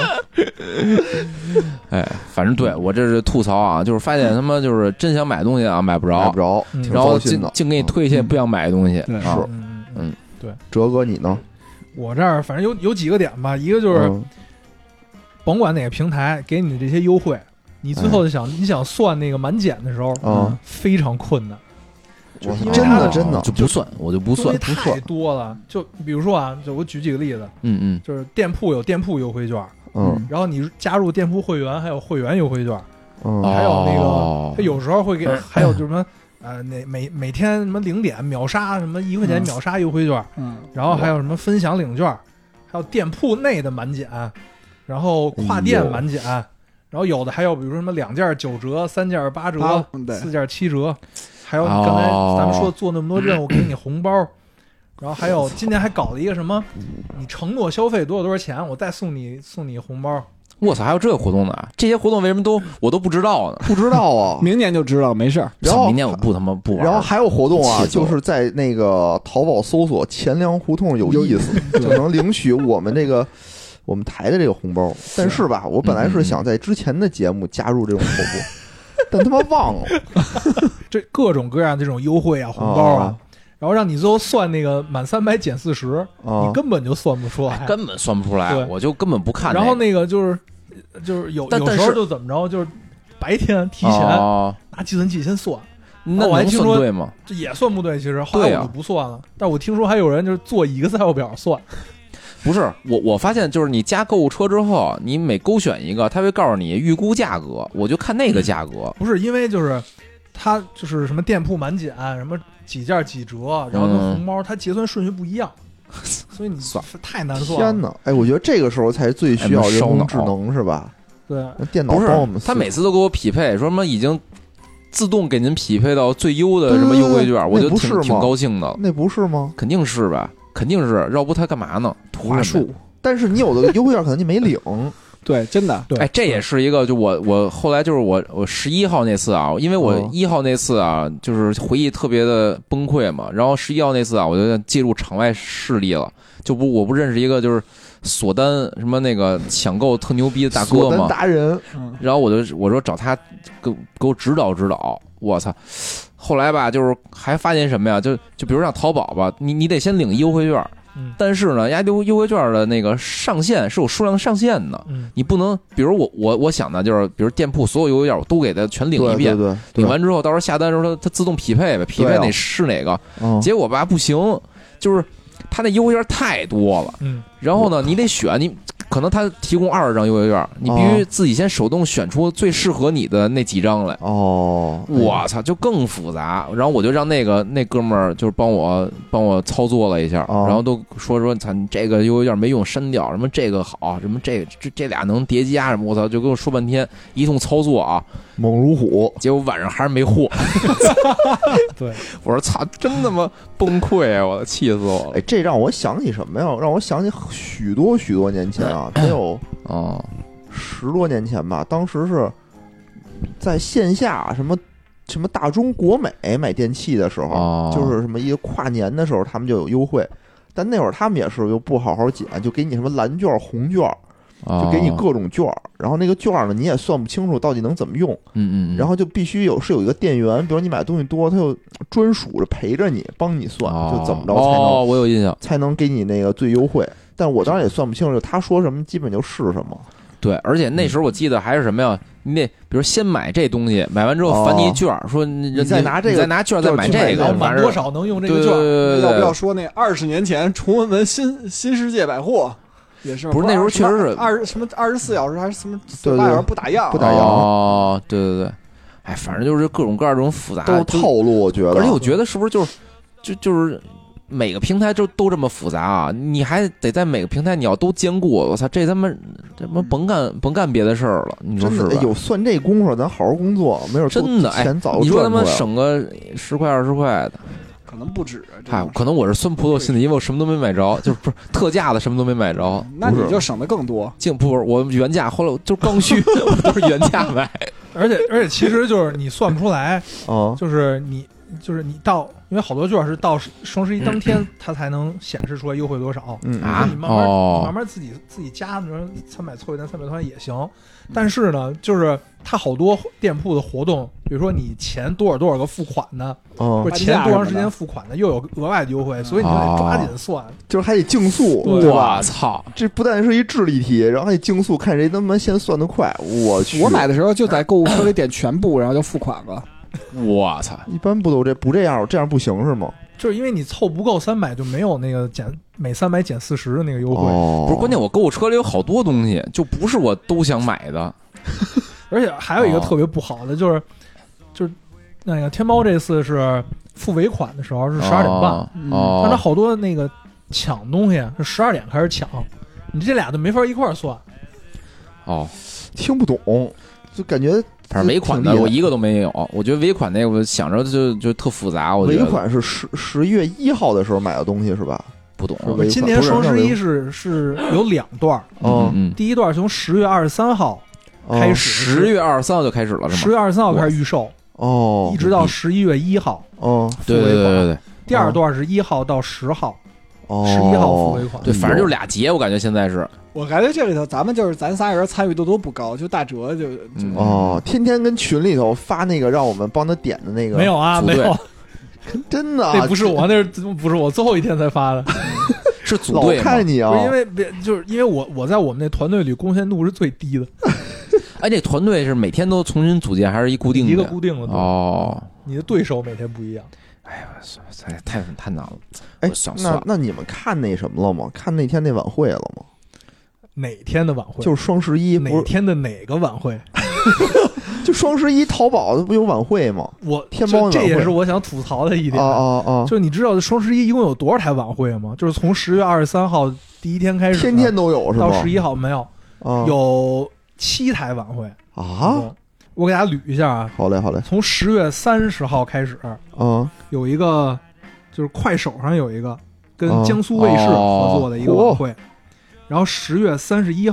Speaker 1: 哎，反正对我这是吐槽啊，就是发现他妈就是真想买东西啊，买不着，
Speaker 2: 买不着，
Speaker 3: 嗯、
Speaker 1: 然后净净给你推荐不想买的东西、
Speaker 3: 嗯、
Speaker 1: 啊。
Speaker 3: 嗯
Speaker 1: 嗯，
Speaker 3: 对，
Speaker 2: 哲哥你呢？
Speaker 3: 我这儿反正有有几个点吧，一个就是、嗯、甭管哪个平台给你的这些优惠，你最后就想、哎、你想算那个满减的时候，
Speaker 2: 嗯，
Speaker 3: 非常困难。
Speaker 2: 我真的真的
Speaker 1: 就不算，我就不算，
Speaker 3: 太多了。就比如说啊，就我举几个例子，
Speaker 1: 嗯嗯，
Speaker 3: 就是店铺有店铺优惠券，
Speaker 2: 嗯，
Speaker 3: 然后你加入店铺会员还有会员优惠券，
Speaker 2: 嗯，
Speaker 3: 还有那个他有时候会给，还有就是什么呃，那每每天什么零点秒杀什么一块钱秒杀优惠券，
Speaker 4: 嗯，
Speaker 3: 然后还有什么分享领券，还有店铺内的满减，然后跨店满减，然后有的还有比如说什么两件九折，三件八折，
Speaker 4: 啊、
Speaker 3: 四件七折。还有你刚才咱们说做那么多任务给你红包，然后还有今年还搞了一个什么，你承诺消费多少多少钱，我再送你送你红包。
Speaker 1: 我操，还有这个活动呢？这些活动为什么都我都不知道呢？
Speaker 2: 不知道啊，
Speaker 4: 明年就知道，没事儿。
Speaker 2: 然后
Speaker 1: 明年我不他妈不玩。
Speaker 2: 然后还有活动啊，就是在那个淘宝搜索钱粮胡同有意思，就能领取我们这个我们台的这个红包。但是吧，我本来是想在之前的节目加入这种活动。但他妈忘了，
Speaker 3: 这各种各样这种优惠啊、红包啊，哦、然后让你最后算那个满三百减四十，你根本就算不出来，
Speaker 1: 根本算不出来，我就根本不看、那个。
Speaker 3: 然后那个就是就是有有时候就怎么着，就是白天提前、哦、拿计算器先算，
Speaker 1: 那我还听说对吗？
Speaker 3: 这也算不对，其实后来我就不算了。啊、但我听说还有人就是做 Excel 表算。
Speaker 1: 不是我，我发现就是你加购物车之后，你每勾选一个，它会告诉你预估价格，我就看那个价格。
Speaker 3: 不是因为就是它就是什么店铺满减，什么几件几折，然后跟红包，它结算顺序不一样，所以你算太难算了。
Speaker 2: 天哪！哎，我觉得这个时候才最需要人工智能，是吧？
Speaker 3: 对，
Speaker 2: 电脑帮我们。
Speaker 1: 他每次都给我匹配，说什么已经自动给您匹配到最优的什么优惠券，我就挺挺高兴的。
Speaker 2: 那不是吗？
Speaker 1: 肯定是吧。肯定是，要不他干嘛呢？
Speaker 2: 话术，但是你有的优惠券可能你没领，
Speaker 4: 对，真的，
Speaker 3: 对，
Speaker 1: 哎，这也是一个，就我我后来就是我我十一号那次啊，因为我一号那次啊，就是回忆特别的崩溃嘛，然后十一号那次啊，我就介入场外势力了，就不我不认识一个就是锁单什么那个抢购特牛逼的大哥嘛，
Speaker 2: 达人，
Speaker 1: 然后我就我说找他给给我指导指导，我操！后来吧，就是还发现什么呀？就就比如像淘宝吧，你你得先领优惠券。
Speaker 3: 嗯，
Speaker 1: 但是呢，压优优惠券的那个上限是有数量上限的，
Speaker 3: 嗯，
Speaker 1: 你不能，比如我我我想的就是，比如店铺所有优惠券我都给他全领一遍，
Speaker 2: 对对对，
Speaker 1: 领完之后到时候下单的时候它它自动匹配呗，匹配哪是哪个，
Speaker 2: 哦、
Speaker 1: 结果吧不行，就是他那优惠券太多了，
Speaker 3: 嗯，
Speaker 1: 然后呢你得选你。可能他提供二十张优惠券，你必须自己先手动选出最适合你的那几张来。
Speaker 2: 哦，
Speaker 1: 我操，就更复杂。然后我就让那个那哥们儿就是帮我帮我操作了一下，
Speaker 2: 哦、
Speaker 1: 然后都说说操，这个优惠券没用，删掉。什么这个好，什么这个这这俩能叠加什么，我操，就跟我说半天，一通操作啊，
Speaker 2: 猛如虎。
Speaker 1: 结果晚上还是没货。
Speaker 3: 对，
Speaker 1: 我说操，真他妈崩溃啊！我气死我了。
Speaker 2: 哎，这让我想起什么呀？让我想起许多许多年前啊，得有
Speaker 1: 哦
Speaker 2: 十多年前吧。当时是在线下什么什么大中国美买电器的时候，
Speaker 1: 哦、
Speaker 2: 就是什么一个跨年的时候，他们就有优惠。但那会儿他们也是又不好好捡，就给你什么蓝券、红券。就给你各种券，然后那个券呢，你也算不清楚到底能怎么用，
Speaker 1: 嗯嗯，
Speaker 2: 然后就必须有是有一个店员，比如你买东西多，他就专属着陪着你，帮你算，
Speaker 1: 哦、
Speaker 2: 就怎么着才能，
Speaker 1: 哦，我有印象，
Speaker 2: 才能给你那个最优惠。但我当然也算不清楚，他说什么基本就是什么。
Speaker 1: 对，而且那时候我记得还是什么呀？你得比如先买这东西，买完之后返你一券，
Speaker 2: 哦、
Speaker 1: 说
Speaker 2: 你再拿这个，
Speaker 1: 再拿券再买这个，
Speaker 3: 满多少能用这个券？
Speaker 1: 对对对对
Speaker 4: 要不要说那二十年前崇文门新新世界百货？也是
Speaker 1: 不是那时候确实是
Speaker 4: 二什么二十四小时还是什么四十八小时不打烊
Speaker 2: 不打烊
Speaker 1: 哦，对对对，哎，反正就是各种各样这种复杂
Speaker 2: 都是套路，我觉得。
Speaker 1: 而且我觉得是不是就是就就是每个平台都都这么复杂啊？你还得在每个平台你要都兼顾，我操，这他妈这他妈甭干甭干别的事儿了，你说是吧？
Speaker 2: 有算这功夫，咱好好工作，没准
Speaker 1: 真的
Speaker 2: 钱早
Speaker 1: 哎，你说他妈省个十块二十块的。
Speaker 4: 可能不止，
Speaker 1: 嗨，可能我是酸葡萄心理，因为我什么都没买着，就是不是特价的什么都没买着。
Speaker 4: 那你就省的更多。
Speaker 1: 净不是我原价，后来就刚需，我都是原价买。
Speaker 3: 而且而且其实就是你算不出来，
Speaker 2: 哦，
Speaker 3: 就是你就是你到，因为好多券是到双十一当天它才能显示出来优惠多少。
Speaker 2: 嗯
Speaker 3: 啊，你慢慢、
Speaker 1: 哦、
Speaker 3: 你慢慢自己自己加，你说三百凑一单三百团也行。但是呢，就是它好多店铺的活动，比如说你前多少多少个付款的，
Speaker 2: 哦、
Speaker 3: 或者前多长时间付款的，又有额外的优惠，所以你就得抓紧算，
Speaker 2: 哦、就是还得竞速。
Speaker 1: 我操，
Speaker 2: 这不但是一智力题，然后还得竞速，看谁他妈先算得快。我去，
Speaker 4: 我买的时候就在购物车里点全部，然后就付款了。
Speaker 1: 我操，
Speaker 2: 一般不都这不这样，这样不行是吗？
Speaker 3: 就是因为你凑不够三百，就没有那个减每三百减四十的那个优惠。
Speaker 2: 哦、
Speaker 1: 不是，关键我购物车里有好多东西，就不是我都想买的。
Speaker 3: 而且还有一个特别不好的，就是、哦、就是那个天猫这次是付尾款的时候是十二点半，
Speaker 1: 哦，
Speaker 3: 但它好多那个抢东西是十二点开始抢，你这俩就没法一块儿算。
Speaker 1: 哦，
Speaker 2: 听不懂，就感觉。
Speaker 1: 反正尾款的我一个都没有，我觉得尾款那个我想着就就特复杂。我觉得
Speaker 2: 尾款是十十一月一号的时候买的东西是吧？
Speaker 1: 不懂。
Speaker 3: 今年双十一是是有两段，
Speaker 2: 嗯
Speaker 1: 嗯，
Speaker 3: 第一段从十月二十三号开始，
Speaker 1: 十月二十三号就开始了是吗？
Speaker 3: 十月二十三号开始预售
Speaker 2: 哦，
Speaker 3: 一直到十一月一号
Speaker 2: 哦，
Speaker 1: 对对对对对。
Speaker 3: 第二段是一号到十号，
Speaker 2: 哦，
Speaker 3: 十一号付尾款。
Speaker 1: 对，反正就是俩节，我感觉现在是。
Speaker 4: 我感觉这里头咱们就是咱仨人参与度都不高，就大哲就、
Speaker 1: 嗯、
Speaker 2: 哦，天天跟群里头发那个让我们帮他点的那个
Speaker 3: 没有啊，没有，
Speaker 2: 真的、啊，
Speaker 3: 那不是我，那是不是我最后一天才发的，
Speaker 1: 是组队
Speaker 2: 老看你啊，
Speaker 3: 不是因为别就是因为我我在我们那团队里贡献度是最低的。
Speaker 1: 哎，这团队是每天都重新组建还是一固定的？
Speaker 3: 一个固定的
Speaker 1: 哦，
Speaker 3: 你的对手每天不一样。
Speaker 1: 哎呀，太太太难了。
Speaker 2: 哎，那那你们看那什么了吗？看那天那晚会了吗？
Speaker 3: 哪天的晚会？
Speaker 2: 就是双十一。
Speaker 3: 哪天的哪个晚会？
Speaker 2: 就双十一淘宝不有晚会吗？
Speaker 3: 我
Speaker 2: 天猫
Speaker 3: 这也是我想吐槽的一点。
Speaker 2: 啊啊啊！
Speaker 3: 就你知道双十一一共有多少台晚会吗？就是从十月二十三号第一天开始，
Speaker 2: 天天都有是吧？
Speaker 3: 到十一号没有，
Speaker 2: 啊、
Speaker 3: 有七台晚会
Speaker 2: 啊。
Speaker 3: 我给大家捋一下啊。
Speaker 2: 好嘞，好嘞。
Speaker 3: 从十月三十号开始，
Speaker 2: 啊，
Speaker 3: 有一个就是快手上有一个跟江苏卫视合作的一个晚会，
Speaker 2: 啊哦、
Speaker 3: 然后十月三十一号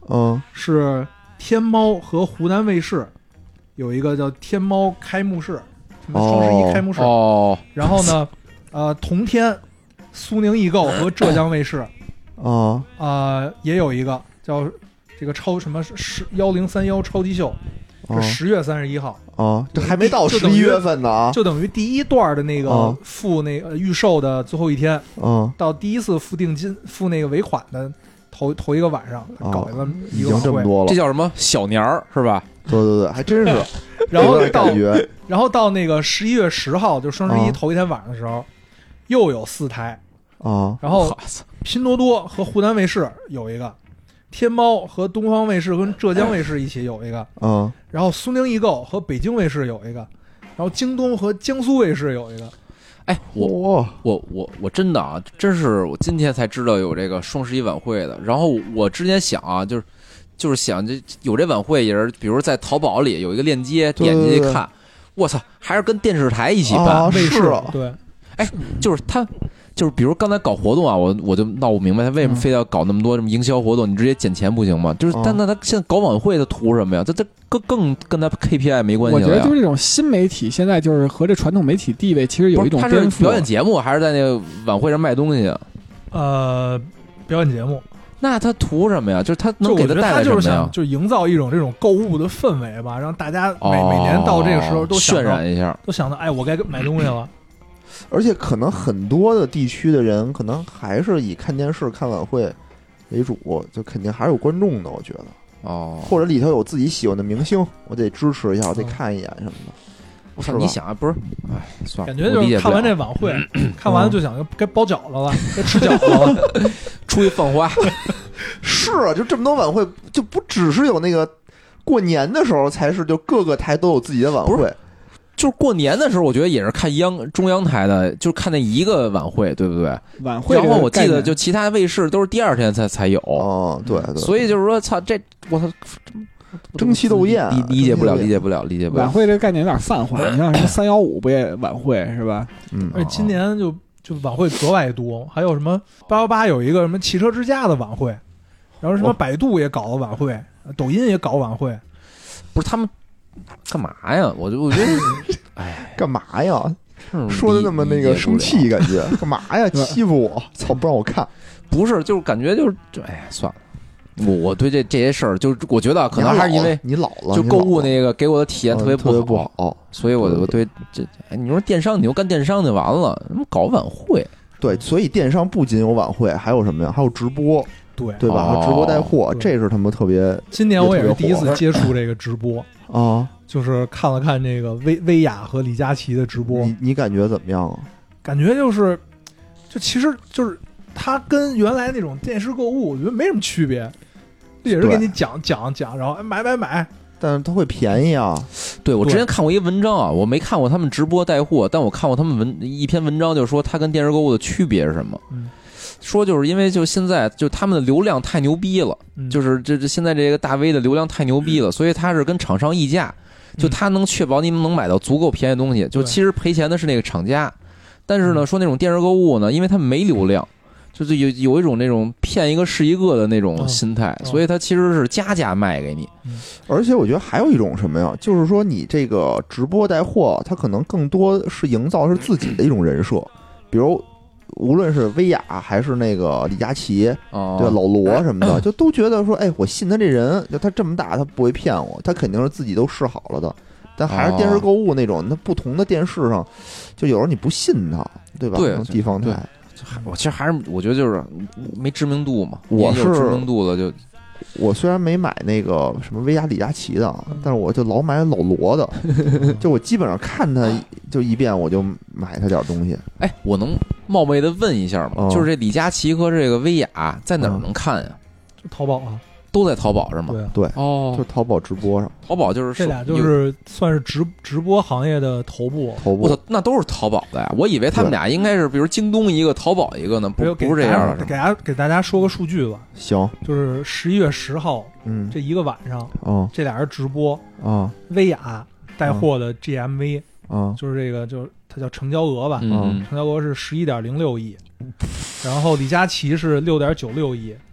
Speaker 2: 嗯，
Speaker 3: 是天猫和湖南卫视有一个叫天猫开幕式，什么双十一开幕式。
Speaker 1: 哦，
Speaker 3: 然后呢，呃，同天苏宁易购和浙江卫视
Speaker 2: 啊
Speaker 3: 呃也有一个叫这个超什么十幺零三幺超级秀，是十月三十一号。
Speaker 2: 啊，这还没到十一月份呢啊，
Speaker 3: 就等于第一段的那个付那个预售的最后一天，
Speaker 2: 嗯，
Speaker 3: 到第一次付定金、付那个尾款的头头一个晚上，搞一个一个
Speaker 2: 已经这么多了，
Speaker 1: 这叫什么小年儿是吧？
Speaker 2: 对对对，还真是。
Speaker 3: 然后到
Speaker 2: 感觉，
Speaker 3: 然后到那个十一月十号，就双十一头一天晚上的时候，又有四台
Speaker 2: 啊，
Speaker 3: 然后拼多多和湖南卫视有一个。天猫和东方卫视跟浙江卫视一起有一个，
Speaker 2: 嗯，
Speaker 3: 然后苏宁易购和北京卫视有一个，然后京东和江苏卫视有一个。
Speaker 1: 哎，我我我我真的啊，真是我今天才知道有这个双十一晚会的。然后我之前想啊，就是就是想这有这晚会也是，比如在淘宝里有一个链接，点进去看，我操，还是跟电视台一起办，
Speaker 2: 啊、
Speaker 3: 卫视
Speaker 2: 对，
Speaker 1: 哎，就是他。就是比如刚才搞活动啊，我我就闹不明白他为什么非要搞那么多什么营销活动，你直接减钱不行吗？就是但那他现在搞晚会他图什么呀？这这更更跟他 K P I 没关系了。
Speaker 4: 我觉得就是这种新媒体现在就是和这传统媒体地位其实有一种颠覆。
Speaker 1: 他是表演节目还是在那个晚会上卖东西？
Speaker 3: 呃，表演节目。
Speaker 1: 那他图什么呀？就是他能给他带来什么呀？
Speaker 3: 就是想就营造一种这种购物的氛围吧，让大家每、哦、每年到这个时候都
Speaker 1: 渲染一下，
Speaker 3: 都想到哎，我该买东西了。
Speaker 2: 而且可能很多的地区的人，可能还是以看电视、看晚会为主，就肯定还是有观众的。我觉得
Speaker 1: 哦，
Speaker 2: 或者里头有自己喜欢的明星，我得支持一下，我得看一眼什么的。
Speaker 1: 我操，你想啊，不是，哎，算了，
Speaker 3: 感觉就是看完这晚会，看完了就想该包饺子了，该吃饺子了，
Speaker 1: 出去放花。
Speaker 2: 是啊，就这么多晚会，就不只是有那个过年的时候才是，就各个台都有自己的晚会。
Speaker 1: 就是过年的时候，我觉得也是看央中央台的，就是看那一个晚会，对不对？
Speaker 4: 晚会。
Speaker 1: 然后我记得就其他卫视都是第二天才才有。
Speaker 2: 哦，对对。
Speaker 1: 所以就是说，操，这我操，
Speaker 2: 争奇斗艳，
Speaker 1: 理理解不了，理解不了，理解不了。
Speaker 4: 晚会这个概念有点泛化，你像什么三幺五不也晚会是吧？
Speaker 2: 嗯。
Speaker 3: 而且今年就就晚会格外多，还有什么八幺八有一个什么汽车之家的晚会，然后什么百度也搞了晚会，抖音也搞晚会，
Speaker 1: 不是他们。干嘛呀？我就我觉得，哎，
Speaker 2: 干嘛呀？说的那么那个生气，感觉干嘛呀？欺负我，操！不让我看，
Speaker 1: 不是，就是感觉就是，就哎呀，算了。我我对这这些事儿，就我觉得可能还是因为
Speaker 2: 你老了，
Speaker 1: 就购物那个给我的体验特别
Speaker 2: 不
Speaker 1: 不
Speaker 2: 好，
Speaker 1: 所以我我对这，哎，你说电商你就干电商就完了，怎么搞晚会？
Speaker 2: 对，所以电商不仅有晚会，还有什么呀？还有直播。
Speaker 3: 对
Speaker 2: 对吧？
Speaker 1: 哦、
Speaker 2: 直播带货，这是他们特别。
Speaker 3: 今年我也是第一次接触这个直播
Speaker 2: 啊，
Speaker 3: 就是看了看这个薇薇娅和李佳琦的直播。
Speaker 2: 你你感觉怎么样啊？
Speaker 3: 感觉就是，就其实就是它跟原来那种电视购物，我觉得没什么区别，也是给你讲讲讲，然后买买买。
Speaker 2: 但是它会便宜啊！
Speaker 1: 对，我之前看过一个文章啊，我没看过他们直播带货，但我看过他们文一篇文章，就是说它跟电视购物的区别是什么。
Speaker 3: 嗯。
Speaker 1: 说就是因为就现在就他们的流量太牛逼了，
Speaker 3: 嗯、
Speaker 1: 就是这这现在这个大 V 的流量太牛逼了，所以他是跟厂商议价，就他能确保你们能买到足够便宜的东西，就其实赔钱的是那个厂家。但是呢，说那种电视购物呢，因为他们没流量，就是有有一种那种骗一个是一个的那种心态，
Speaker 3: 嗯、
Speaker 1: 所以他其实是加价卖给你。
Speaker 3: 嗯、
Speaker 2: 而且我觉得还有一种什么呀，就是说你这个直播带货，它可能更多是营造是自己的一种人设，比如。无论是薇娅还是那个李佳琦，
Speaker 1: 哦、
Speaker 2: 对老罗什么的，就都觉得说，哎，我信他这人，就他这么大，他不会骗我，他肯定是自己都试好了的。但还是电视购物那种，那不同的电视上，就有时候你不信他，对吧？
Speaker 1: 对，
Speaker 2: 地方台，
Speaker 1: 我其实还是我觉得就是没知名度嘛。
Speaker 2: 我是
Speaker 1: 有知名度了就。
Speaker 2: 我虽然没买那个什么薇娅李佳琦的，但是我就老买老罗的，就我基本上看他就一遍，我就买他点东西。
Speaker 1: 哎，我能冒昧的问一下吗？
Speaker 2: 嗯、
Speaker 1: 就是这李佳琦和这个薇娅在哪儿能看呀？
Speaker 3: 就淘宝啊，
Speaker 1: 都在淘宝是吗？
Speaker 3: 对
Speaker 2: 对
Speaker 1: 哦，
Speaker 2: 就淘宝直播上，
Speaker 1: 淘宝就是
Speaker 3: 这俩就是算是直直播行业的头部。
Speaker 2: 头部，
Speaker 1: 我操，那都是淘宝的呀！我以为他们俩应该是比如京东一个，淘宝一个呢，不不是这样的。
Speaker 3: 给大家给大家说个数据吧。
Speaker 2: 行，
Speaker 3: 就是十一月十号，
Speaker 2: 嗯，
Speaker 3: 这一个晚上，
Speaker 2: 哦，
Speaker 3: 这俩人直播
Speaker 2: 啊，
Speaker 3: 薇娅带货的 G M V，
Speaker 2: 啊，
Speaker 3: 就是这个就是它叫成交额吧，
Speaker 1: 嗯，
Speaker 3: 成交额是十一点零六亿，然后李佳琦是六点九六亿。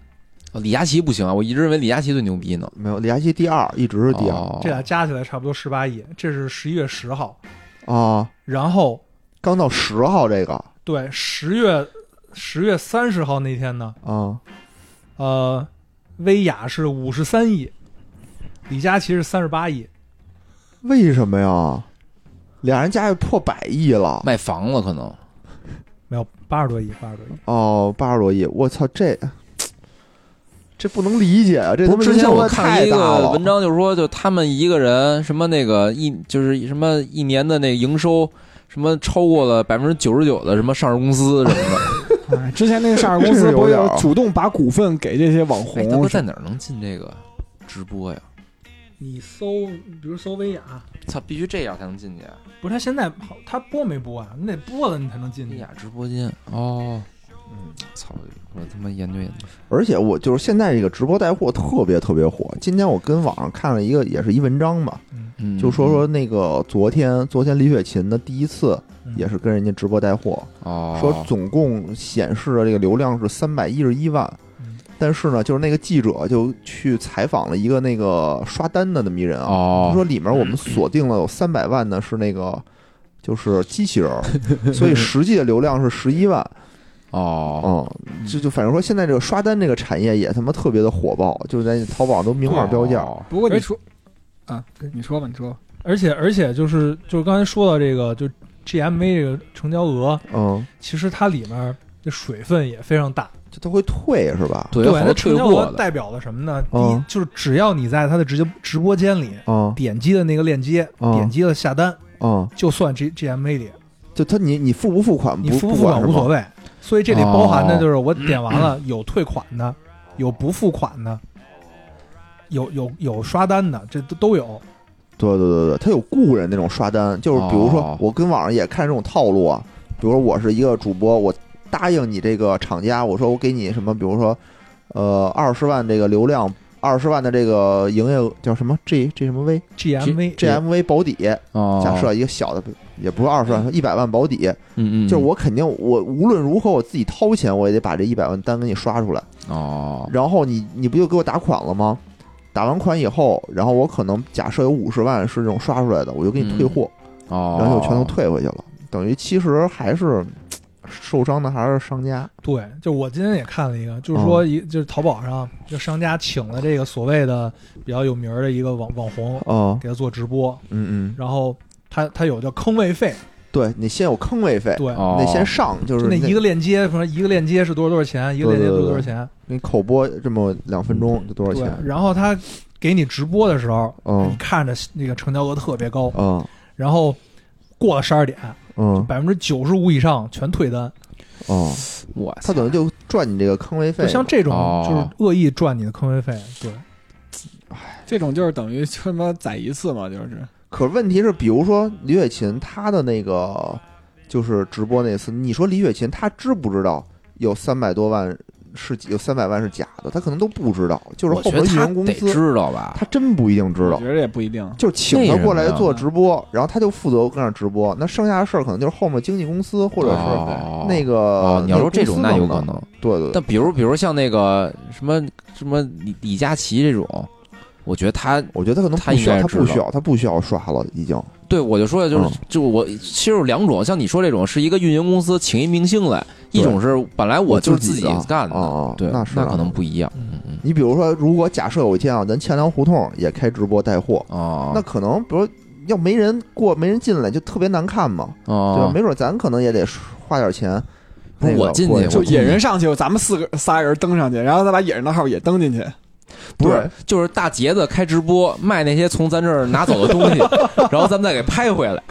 Speaker 1: 哦，李佳琦不行啊，我一直认为李佳琦最牛逼呢。
Speaker 2: 没有，李佳琦第二，一直是第二。
Speaker 1: 哦、
Speaker 3: 这俩加起来差不多十八亿，这是十一月十号
Speaker 2: 啊，
Speaker 3: 然后
Speaker 2: 刚到十号这个，
Speaker 3: 对，十月十月三十号那天呢，
Speaker 2: 啊，
Speaker 3: 呃，薇娅是五十三亿，李佳琦是三十八亿。
Speaker 2: 为什么呀？俩人加起破百亿了，
Speaker 1: 卖房了可能。
Speaker 3: 没有八十多亿，八十多亿
Speaker 2: 哦，八十多亿，我操，这这不能理解啊！这
Speaker 1: 不是之前我看了一
Speaker 2: 太大了
Speaker 1: 个文章，就是说，就他们一个人什么那个一就是什么一年的那个营收，什么超过了百分之九十九的什么上市公司什么的。
Speaker 4: 哎，之前那个上市公司不是主动把股份给这些网红？
Speaker 1: 哎，大哥在哪儿能进这个直播呀？
Speaker 3: 你搜，比如搜薇娅，
Speaker 1: 操，必须这样才能进去。
Speaker 3: 不是他现在好，他播没播啊？你得播了你才能进去。
Speaker 1: 薇娅直播间哦，嗯，操，我他妈研究研究。
Speaker 2: 而且我就是现在这个直播带货特别特别火。今天我跟网上看了一个，也是一文章吧，
Speaker 1: 嗯，
Speaker 2: 就说说那个昨天昨天李雪琴的第一次也是跟人家直播带货，
Speaker 1: 哦，
Speaker 2: 说总共显示的这个流量是三百一十一万。但是呢，就是那个记者就去采访了一个那个刷单的那么一人啊，
Speaker 1: 哦，
Speaker 2: 说里面我们锁定了有三百万呢是那个就是机器人，所以实际的流量是十一万。
Speaker 1: 哦，
Speaker 2: 嗯，就就反正说现在这个刷单这个产业也他妈特别的火爆，就在淘宝都明码标价。
Speaker 1: 哦、
Speaker 4: 不过你说啊，你说吧，你说。
Speaker 3: 而且而且就是就是刚才说到这个，就 G M V 这个成交额，
Speaker 2: 嗯，
Speaker 3: 其实它里面这水分也非常大。
Speaker 2: 就它会退是吧？
Speaker 3: 对，它成交额代表了什么呢？第一、
Speaker 2: 嗯、
Speaker 3: 就是只要你在它的直接直播间里，
Speaker 2: 嗯，
Speaker 3: 点击的那个链接，
Speaker 2: 嗯、
Speaker 3: 点击了下单，
Speaker 2: 嗯，
Speaker 3: 就算 G G M V 里，
Speaker 2: 就它你你付不付款，
Speaker 3: 你付不付款无所谓。所以这里包含的就是我点完了、
Speaker 2: 哦、
Speaker 3: 有退款的，有不付款的，有有有刷单的，这都都有。
Speaker 2: 对对对对，它有雇人那种刷单，就是比如说我跟网上也看这种套路啊，比如说我是一个主播，我答应你这个厂家，我说我给你什么，比如说，呃，二十万这个流量，二十万的这个营业叫什么 G G 什么 V
Speaker 3: G M V
Speaker 2: G M V 保底，
Speaker 1: 哦，
Speaker 2: 假设一个小的，也不是二十万，一百万保底，
Speaker 1: 嗯嗯，
Speaker 2: 就是我肯定我无论如何我自己掏钱，我也得把这一百万单给你刷出来，
Speaker 1: 哦，
Speaker 2: 然后你你不就给我打款了吗？打完款以后，然后我可能假设有五十万是这种刷出来的，我就给你退货，
Speaker 1: 嗯、哦，
Speaker 2: 然后就全都退回去了，等于其实还是。受伤的还是商家。
Speaker 3: 对，就我今天也看了一个，就是说一、哦、就是淘宝上就商家请了这个所谓的比较有名的一个网网红，
Speaker 2: 哦，
Speaker 3: 给他做直播，
Speaker 2: 嗯嗯，
Speaker 3: 然后他他有叫坑位费，
Speaker 2: 对你先有坑位费，
Speaker 3: 对，
Speaker 2: 哦、你先上就是
Speaker 3: 就那一个链接，反正一个链接是多少多少钱，一个链接多少多少钱，
Speaker 2: 你口播这么两分钟就多少钱？
Speaker 3: 然后他给你直播的时候，
Speaker 2: 嗯，
Speaker 3: 你看着那个成交额特别高，
Speaker 2: 嗯，
Speaker 3: 然后过了十二点，
Speaker 2: 嗯，
Speaker 3: 百分之九十五以上全退单。
Speaker 2: 哦，
Speaker 1: 我
Speaker 2: 他等于就赚你这个坑位费，
Speaker 3: 就像这种就是恶意赚你的坑位费，对，
Speaker 4: 哎，这种就是等于他妈宰一次嘛，就是。
Speaker 2: 可问题是，比如说李雪琴她的那个就是直播那次，你说李雪琴她知不知道有三百多万是有三百万是假的？她可能都不知道，就是后面运营公司
Speaker 1: 知道吧？
Speaker 2: 她真不一定知道，
Speaker 4: 我觉得也不一定，
Speaker 2: 就请她过来做直播，然后她就负责跟那直播，那剩下的事儿可能就是后面经纪公司或者是那个、
Speaker 1: 哦、你要说这种那有可能，
Speaker 2: 对 对, 对。
Speaker 1: 但比如比如像那个什么什么李李佳琦这种。我觉得他，
Speaker 2: 我觉得他可能不需要，他不需要，他不需要刷了，已经。
Speaker 1: 对，我就说的就是，嗯、就我其实有两种，像你说这种是一个运营公司请一明星来，一种是本来我就是自己干的，
Speaker 2: 啊、
Speaker 1: 对，
Speaker 2: 那是、
Speaker 1: 啊、那可能不一样。
Speaker 3: 嗯
Speaker 2: 嗯。你比如说，如果假设有一天啊，咱钱粮胡同也开直播带货
Speaker 1: 啊，
Speaker 2: 那可能比如要没人过，没人进来，就特别难看嘛，
Speaker 1: 啊、
Speaker 2: 对吧？没准咱可能也得花点钱。那个、
Speaker 1: 我进去
Speaker 4: 就野人上去，咱们四个仨人登上去，然后再把野人的号也登进去。
Speaker 1: 不是，就是大杰子开直播卖那些从咱这儿拿走的东西，然后咱们再给拍回来。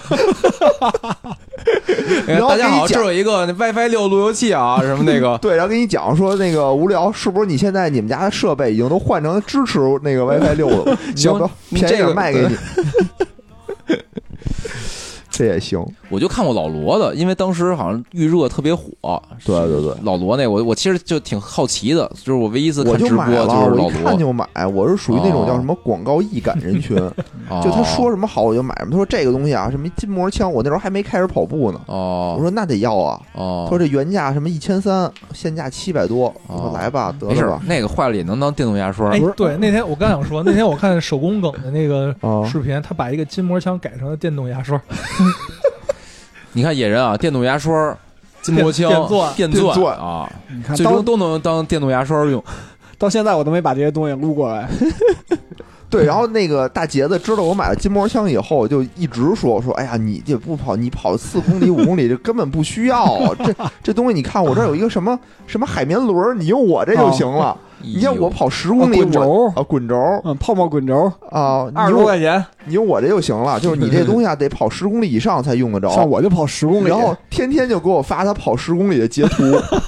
Speaker 1: 大家好，这有一个 WiFi 六路由器啊，什么那个
Speaker 2: 对，然后跟你讲说那个无聊，是不是你现在你们家的设备已经都换成支持那个 WiFi 六了？
Speaker 1: 行，
Speaker 2: 便宜点卖给你。 这也行。
Speaker 1: 我就看过老罗的，因为当时好像预热特别火。
Speaker 2: 对对对，
Speaker 1: 老罗那我我其实就挺好奇的，就是我唯一一次看直播
Speaker 2: 就是
Speaker 1: 老罗，
Speaker 2: 我一看就买。我是属于那种叫什么广告易感人群，
Speaker 1: 哦、
Speaker 2: 就他说什么好我就买什么。他说这个东西啊，什么筋膜枪，我那时候还没开始跑步呢。
Speaker 1: 哦，
Speaker 2: 我说那得要啊。
Speaker 1: 哦，
Speaker 2: 他说这原价什么一千三，现价七百多。我说来吧，得了吧。
Speaker 1: 那个坏了也能当电动牙刷。
Speaker 3: 哎，对，那天我刚想说，那天我看手工梗的那个视频，
Speaker 2: 哦、
Speaker 3: 他把一个筋膜枪改成了电动牙刷。
Speaker 1: 你看野人啊，电动牙刷、筋膜枪、
Speaker 3: 电钻、
Speaker 1: 电钻啊，
Speaker 4: 你看
Speaker 1: 最终都能当电动牙刷用。
Speaker 4: 到现在我都没把这些东西撸过来。
Speaker 2: 对，然后那个大杰子知道我买了筋膜枪以后，就一直说说，哎呀，你这不跑，你跑四公里、五公里，这根本不需要。这这东西，你看我这有一个什么什么海绵轮，你用我这就行了。哦、你像我跑十公里，
Speaker 4: 滚轴
Speaker 2: 啊，滚轴，
Speaker 4: 嗯，泡沫滚轴
Speaker 2: 啊，
Speaker 4: 二十多块钱，
Speaker 2: 你用我这就行了。就是你这东西啊，得跑十公里以上才用得着。
Speaker 4: 像我就跑十公里，
Speaker 2: 然后天天就给我发他跑十公里的截图。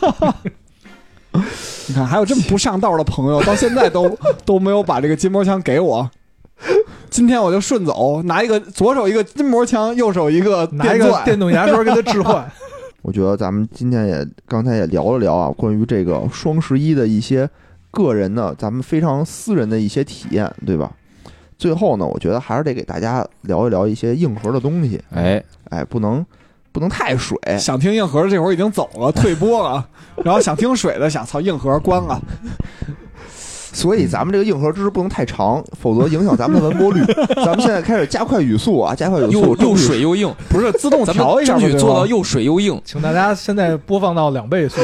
Speaker 4: 你看，还有这么不上道的朋友，到现在都都没有把这个筋膜枪给我。今天我就顺走，拿一个左手一个筋膜枪，右手一个
Speaker 3: 拿一个电动牙刷给他置换。
Speaker 2: 我觉得咱们今天也刚才也聊了聊啊，关于这个双十一的一些个人的，咱们非常私人的一些体验，对吧？最后呢，我觉得还是得给大家聊一聊一些硬核的东西。
Speaker 1: 哎
Speaker 2: 哎，不能不能太水。
Speaker 4: 想听硬核的这会儿已经走了，退播了。然后想听水的，想操硬核关了。
Speaker 2: 所以咱们这个硬核知识不能太长，否则影响咱们的文播率。咱们现在开始加快语速啊，加快语速，
Speaker 1: 又又水又硬，
Speaker 4: 不是自动调一下，
Speaker 1: 争取做到又水又硬。
Speaker 3: 请大家现在播放到两倍速。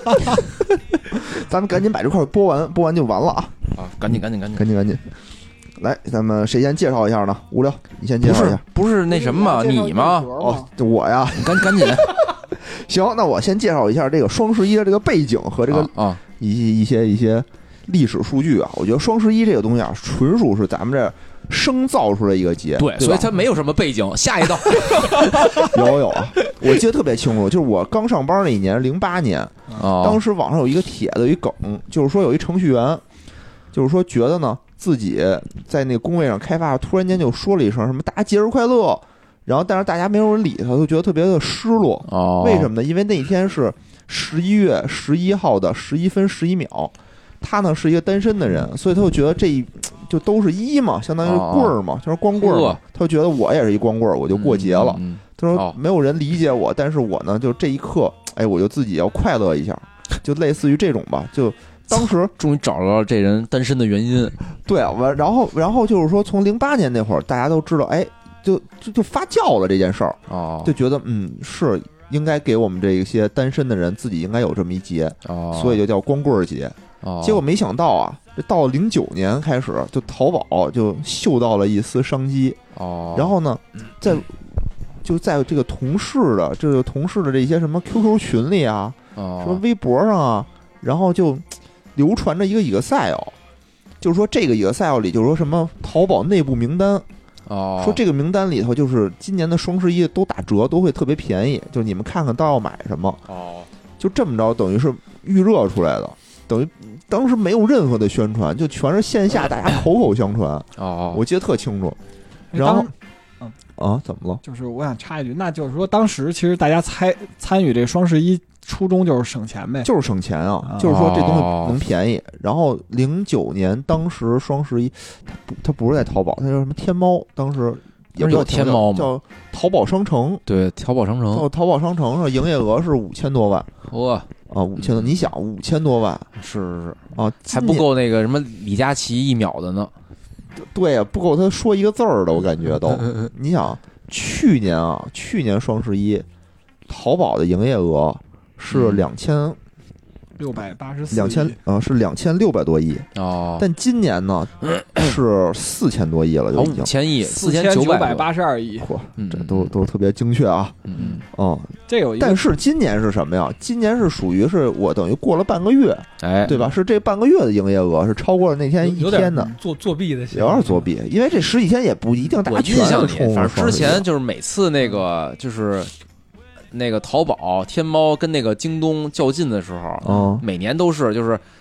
Speaker 2: 咱们赶紧把这块播完，播完就完了啊！
Speaker 1: 啊，赶紧赶紧赶紧
Speaker 2: 赶紧赶紧！来，咱们谁先介绍一下呢？无聊，你先介绍一下。
Speaker 1: 不是不是那什么吗？你吗？
Speaker 2: 哦，我呀，
Speaker 1: 你赶赶紧。
Speaker 2: 行，那我先介绍一下这个双十一的这个背景和这个
Speaker 1: 啊
Speaker 2: 一一些一些历史数据啊。我觉得双十一这个东西啊，纯属是咱们这生造出来一个节，
Speaker 1: 对，
Speaker 2: 对
Speaker 1: 所以它没有什么背景。下一道
Speaker 2: 有有啊，我记得特别清楚，就是我刚上班那一年，零八年，
Speaker 1: 哦、
Speaker 2: 当时网上有一个帖子，有一梗，就是说有一程序员，就是说觉得呢自己在那个工位上开发，突然间就说了一声什么大家节日快乐。然后，但是大家没有人理他，就觉得特别的失落。
Speaker 1: 哦，
Speaker 2: 为什么呢？因为那一天是十一月十一号的十一分十一秒，他呢是一个单身的人，所以他就觉得这一就都是一嘛，相当于棍儿嘛，就是光棍儿嘛。他就觉得我也是一光棍儿，我就过节了。
Speaker 1: 嗯嗯、
Speaker 2: 他说没有人理解我，但是我呢，就这一刻，哎，我就自己要快乐一下，就类似于这种吧。就当时
Speaker 1: 终于找到了这人单身的原因。
Speaker 2: 对啊，完然后然后就是说，从零八年那会儿，大家都知道，哎。就就就发酵了这件事儿，
Speaker 1: 哦，
Speaker 2: 就觉得嗯是应该给我们这些单身的人自己应该有这么一节，
Speaker 1: 哦，
Speaker 2: 所以就叫光棍节。
Speaker 1: 哦，
Speaker 2: 结果没想到啊，这到了零九年开始，就淘宝就嗅到了一丝商机，
Speaker 1: 哦，
Speaker 2: 然后呢，在就在这个同事的这个同事的这些什么 Q Q 群里啊，
Speaker 1: 哦，
Speaker 2: 什么微博上啊，然后就流传着一个 Excel， 就是说这个 Excel 里就是说什么淘宝内部名单。
Speaker 1: 哦，
Speaker 2: 说这个名单里头就是今年的双十一都打折，都会特别便宜，就你们看看都要买什么。
Speaker 1: 哦，
Speaker 2: 就这么着，等于是预热出来的，等于当时没有任何的宣传，就全是线下大家口口相传。
Speaker 1: 哦，
Speaker 2: 我记得特清楚。然后，
Speaker 4: 嗯
Speaker 2: 啊，怎么了？
Speaker 4: 就是我想插一句，那就是说当时其实大家参参与这双十一。初衷就是省钱呗，
Speaker 2: 就是省钱啊！哦、就是说这东西能便宜。然后零九年当时双十一，它不它不是在淘宝，它叫什么天猫？当时也不
Speaker 1: 有天猫吗？
Speaker 2: 叫淘宝商城。
Speaker 1: 对，淘宝商城。
Speaker 2: 叫淘宝商城上营业额是五千多万。
Speaker 1: 哇
Speaker 2: 啊，五千多！你想五千多万，
Speaker 1: 是是是
Speaker 2: 啊，
Speaker 1: 还不够那个什么李佳琦一秒的呢。
Speaker 2: 对呀、啊，不够他说一个字儿的，我感觉都。你想去年啊，去年双十一，淘宝的营业额。是两千
Speaker 4: 六百八十四，
Speaker 2: 两千呃是两千六百多亿
Speaker 1: 哦，
Speaker 2: 但今年呢是四千多亿了，就已经
Speaker 1: 五千亿，
Speaker 4: 四
Speaker 1: 千
Speaker 4: 九百八十二亿，
Speaker 2: 嚯，这都都特别精确啊，
Speaker 1: 嗯
Speaker 2: 哦，
Speaker 4: 这有一个，
Speaker 2: 但是今年是什么呀？今年是属于是我等于过了半个月，
Speaker 1: 哎，
Speaker 2: 对吧？是这半个月的营业额是超过了那天一天的，
Speaker 3: 作作弊的，
Speaker 2: 有点作弊，因为这十几天也不一定大家全是冲。
Speaker 1: 反正之前就是每次那个就是。那个淘宝、天猫跟那个京东较劲的时候，
Speaker 2: 嗯，
Speaker 1: 每年都是就是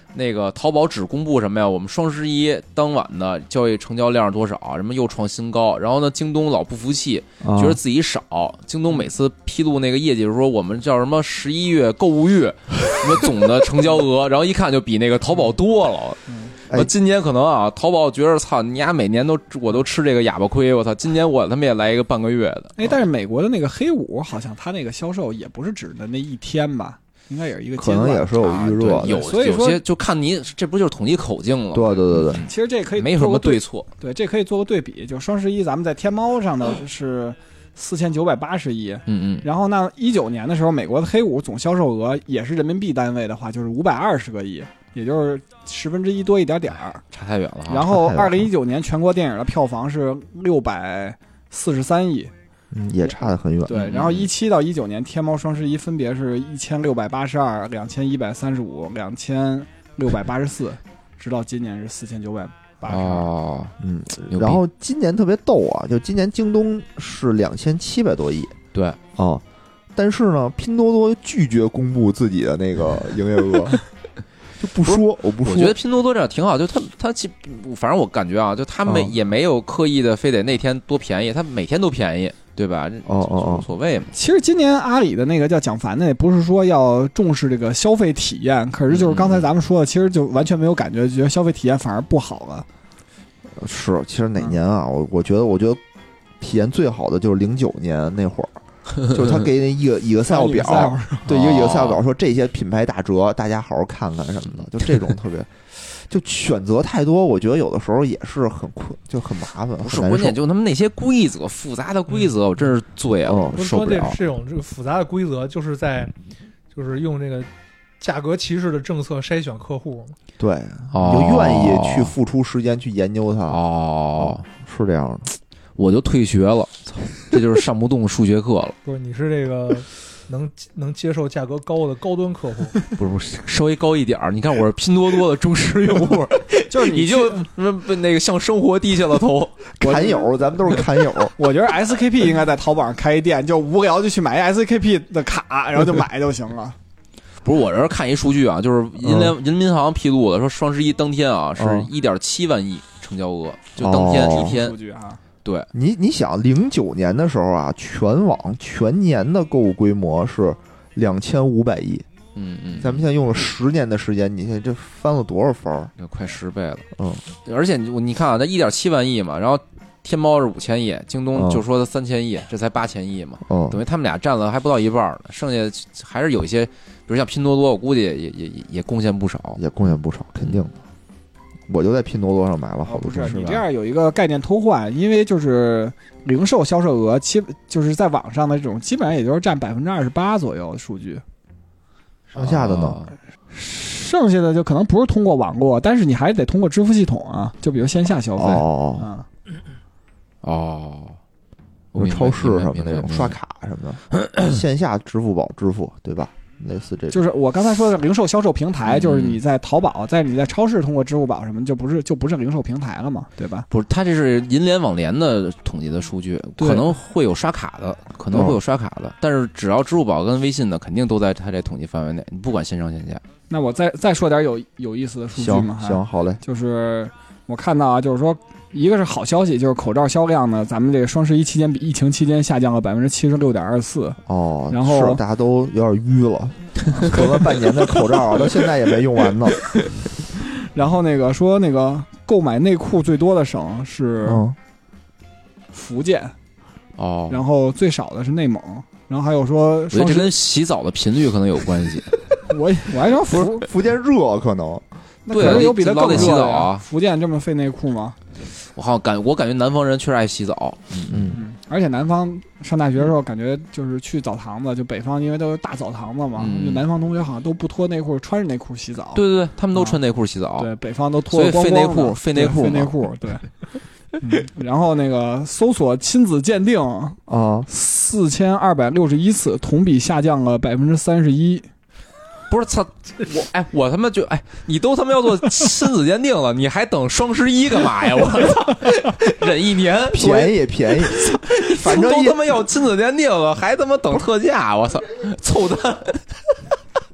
Speaker 1: 那个淘宝只公布什么呀？我们双十一当晚的交易成交量是多少？什么又创新高？然后呢，京东老不服气，觉得自己少。京东每次披露那个业绩，就是说我们叫什么十一月购物月什么总的成交额，然后一看就比那个淘宝多了。我今年可能啊，淘宝觉得操你丫每年都我都吃这个哑巴亏，我操，今年我他妈也来一个半个月的。
Speaker 4: 哎，但是美国的那个黑五好像它那个销售也不是指的那一天吧？应该也是一个阶段，
Speaker 2: 可能也是有预热、
Speaker 1: 啊，有
Speaker 4: 所以
Speaker 1: 有些就看你这不就是统计口径了？
Speaker 2: 对对对对，
Speaker 4: 其实这可以
Speaker 1: 没什么对错，
Speaker 4: 对，这可以做个对比。就双十一咱们在天猫上的是四千九百八十亿，
Speaker 1: 嗯嗯，
Speaker 4: 然后那一九年的时候，美国的黑五总销售额也是人民币单位的话，就是五百二十个亿，也就是十分之一多一点点儿，
Speaker 1: 差太远了。
Speaker 4: 然后二零一九年全国电影的票房是六百四十三亿。
Speaker 2: 嗯，也差得很远。
Speaker 4: 对，然后一七到一九年，天猫双十一分别是一千六百八十二、两千一百三十五、两千六百八十四，直到今年是四千九百八十二。
Speaker 1: 哦，
Speaker 2: 嗯，然后今年特别逗啊，就今年京东是两千七百多亿，
Speaker 1: 对
Speaker 2: 啊，但是呢，拼多多拒绝公布自己的那个营业额。就不说，我不说。
Speaker 1: 我觉得拼多多这样挺好，就他他其反正我感觉啊，就他没、哦、也没有刻意的非得那天多便宜，他每天都便宜，对吧？
Speaker 2: 哦哦哦，
Speaker 1: 无所谓嘛。
Speaker 4: 其实今年阿里的那个叫蒋凡的，也不是说要重视这个消费体验，可是就是刚才咱们说的，其实就完全没有感觉，觉得消费体验反而不好了。
Speaker 2: 是，其实哪年啊？我我觉得，我觉得体验最好的就是零九年那会儿。就是他给那一个 Excel 表，对一个 Excel 表说这些品牌打折，大家好好看看什么的，就这种特别，就选择太多，我觉得有的时候也是很困，就很麻烦。
Speaker 1: 不是关键，就他们那些规则复杂的规则，我真是醉啊，我受不了。
Speaker 3: 这种这个复杂的规则，就是在就是用这个价格歧视的政策筛选客户。
Speaker 2: 对，
Speaker 1: 哦、
Speaker 2: 你就愿意去付出时间去研究它。
Speaker 1: 哦，
Speaker 2: 是这样的。
Speaker 1: 我就退学了，这就是上不动数学课了。
Speaker 3: 不是，你是这个能能接受价格高的高端客户，
Speaker 1: 不是不是稍微高一点儿。你看我是拼多多的忠实用户，就是你就那个向生活低下了头。
Speaker 2: 砍友，咱们都是砍友。
Speaker 4: 我觉得 S K P 应该在淘宝上开一店，就无聊就去买 S K P 的卡，然后就买就行了。
Speaker 1: 不是，我这是看一数据啊，就是银联人民银行披露的，说双十一当天啊是一点七万亿成交额，就当天一天
Speaker 4: 数据啊。
Speaker 1: 对
Speaker 2: 你，你想零九年的时候啊，全网全年的购物规模是两千五百亿。
Speaker 1: 嗯嗯，
Speaker 2: 咱们现在用了十年的时间，你看这翻了多少番？
Speaker 1: 快十倍了。
Speaker 2: 嗯，
Speaker 1: 而且你你看啊，那一点七万亿嘛，然后天猫是五千亿，京东就说三千亿，嗯、这才八千亿嘛。
Speaker 2: 嗯，
Speaker 1: 等于他们俩占了还不到一半呢，剩下还是有一些，比如像拼多多，我估计也也也也贡献不少，
Speaker 2: 也贡献不少，肯定的。我就在拼多多上买了好多东西。
Speaker 4: 不是你这样有一个概念偷换，因为就是零售销售额，基就是在网上的这种，基本上也就是占百分之二十八左右的数据。
Speaker 2: 剩下的呢？
Speaker 1: 啊、
Speaker 4: 剩下的就可能不是通过网络，但是你还得通过支付系统啊，就比如线下消费。
Speaker 2: 哦
Speaker 4: 哦
Speaker 1: 哦，
Speaker 2: 比如超市什么那种刷卡什么的，线下支付宝支付对吧？类似这种，
Speaker 4: 就是我刚才说的零售销售平台，就是你在淘宝，在你在超市通过支付宝什么，就不是就不是零售平台了嘛，对吧？
Speaker 1: 不是，它这是银联网联的统计的数据，可能会有刷卡的，可能会有刷卡的，但是只要支付宝跟微信的，肯定都在它这统计范围内，你不管线上线下。
Speaker 4: 那我再再说点有有意思的数据嘛？
Speaker 2: 行，好嘞，
Speaker 4: 就是我看到啊，就是说。一个是好消息，就是口罩销量呢，咱们这个双十一期间比疫情期间下降了百分之七十六点二四。
Speaker 2: 哦，
Speaker 4: 然后
Speaker 2: 大家都有点淤了，隔了半年的口罩到现在也没用完呢。
Speaker 4: 然后那个说那个购买内裤最多的省是福建，
Speaker 1: 哦，
Speaker 4: 然后最少的是内蒙，然后还有说，
Speaker 1: 我觉得这跟洗澡的频率可能有关系。
Speaker 4: 我我还说福
Speaker 2: 福建热可能。
Speaker 4: 对，可能有比它更热
Speaker 1: 洗澡啊！
Speaker 4: 福建这么费内裤吗？
Speaker 1: 我好像感我感觉南方人确实爱洗澡，
Speaker 2: 嗯
Speaker 4: 嗯，而且南方上大学的时候，感觉就是去澡堂子，就北方因为都是大澡堂子嘛，
Speaker 1: 嗯、
Speaker 4: 就南方同学好像都不脱内裤，穿着内裤洗澡。
Speaker 1: 对对对，他们都穿内裤洗澡。
Speaker 4: 啊、对，北方都脱光光的，
Speaker 1: 所以费内裤，费内裤，
Speaker 4: 费内裤，对。嗯、然后那个搜索亲子鉴定
Speaker 2: 啊，
Speaker 4: 四千二百六十一次，同比下降了百分之三十一。
Speaker 1: 不是操我哎，我他妈就哎，你都他妈要做亲子鉴定了，你还等双十一干嘛呀？我操，忍一年
Speaker 2: 便宜便宜，反正
Speaker 1: 都他妈要亲子鉴定了，还他妈等特价，我操，凑单。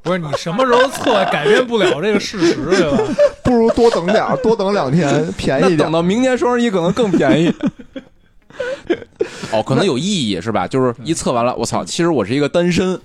Speaker 3: 不是你什么时候测改变不了这个事实，对吧？
Speaker 2: 不如多等点，多等两天，便宜点。
Speaker 1: 等到明年双十一可能更便宜。哦，可能有意义是吧？就是一测完了，我操，其实我是一个单身。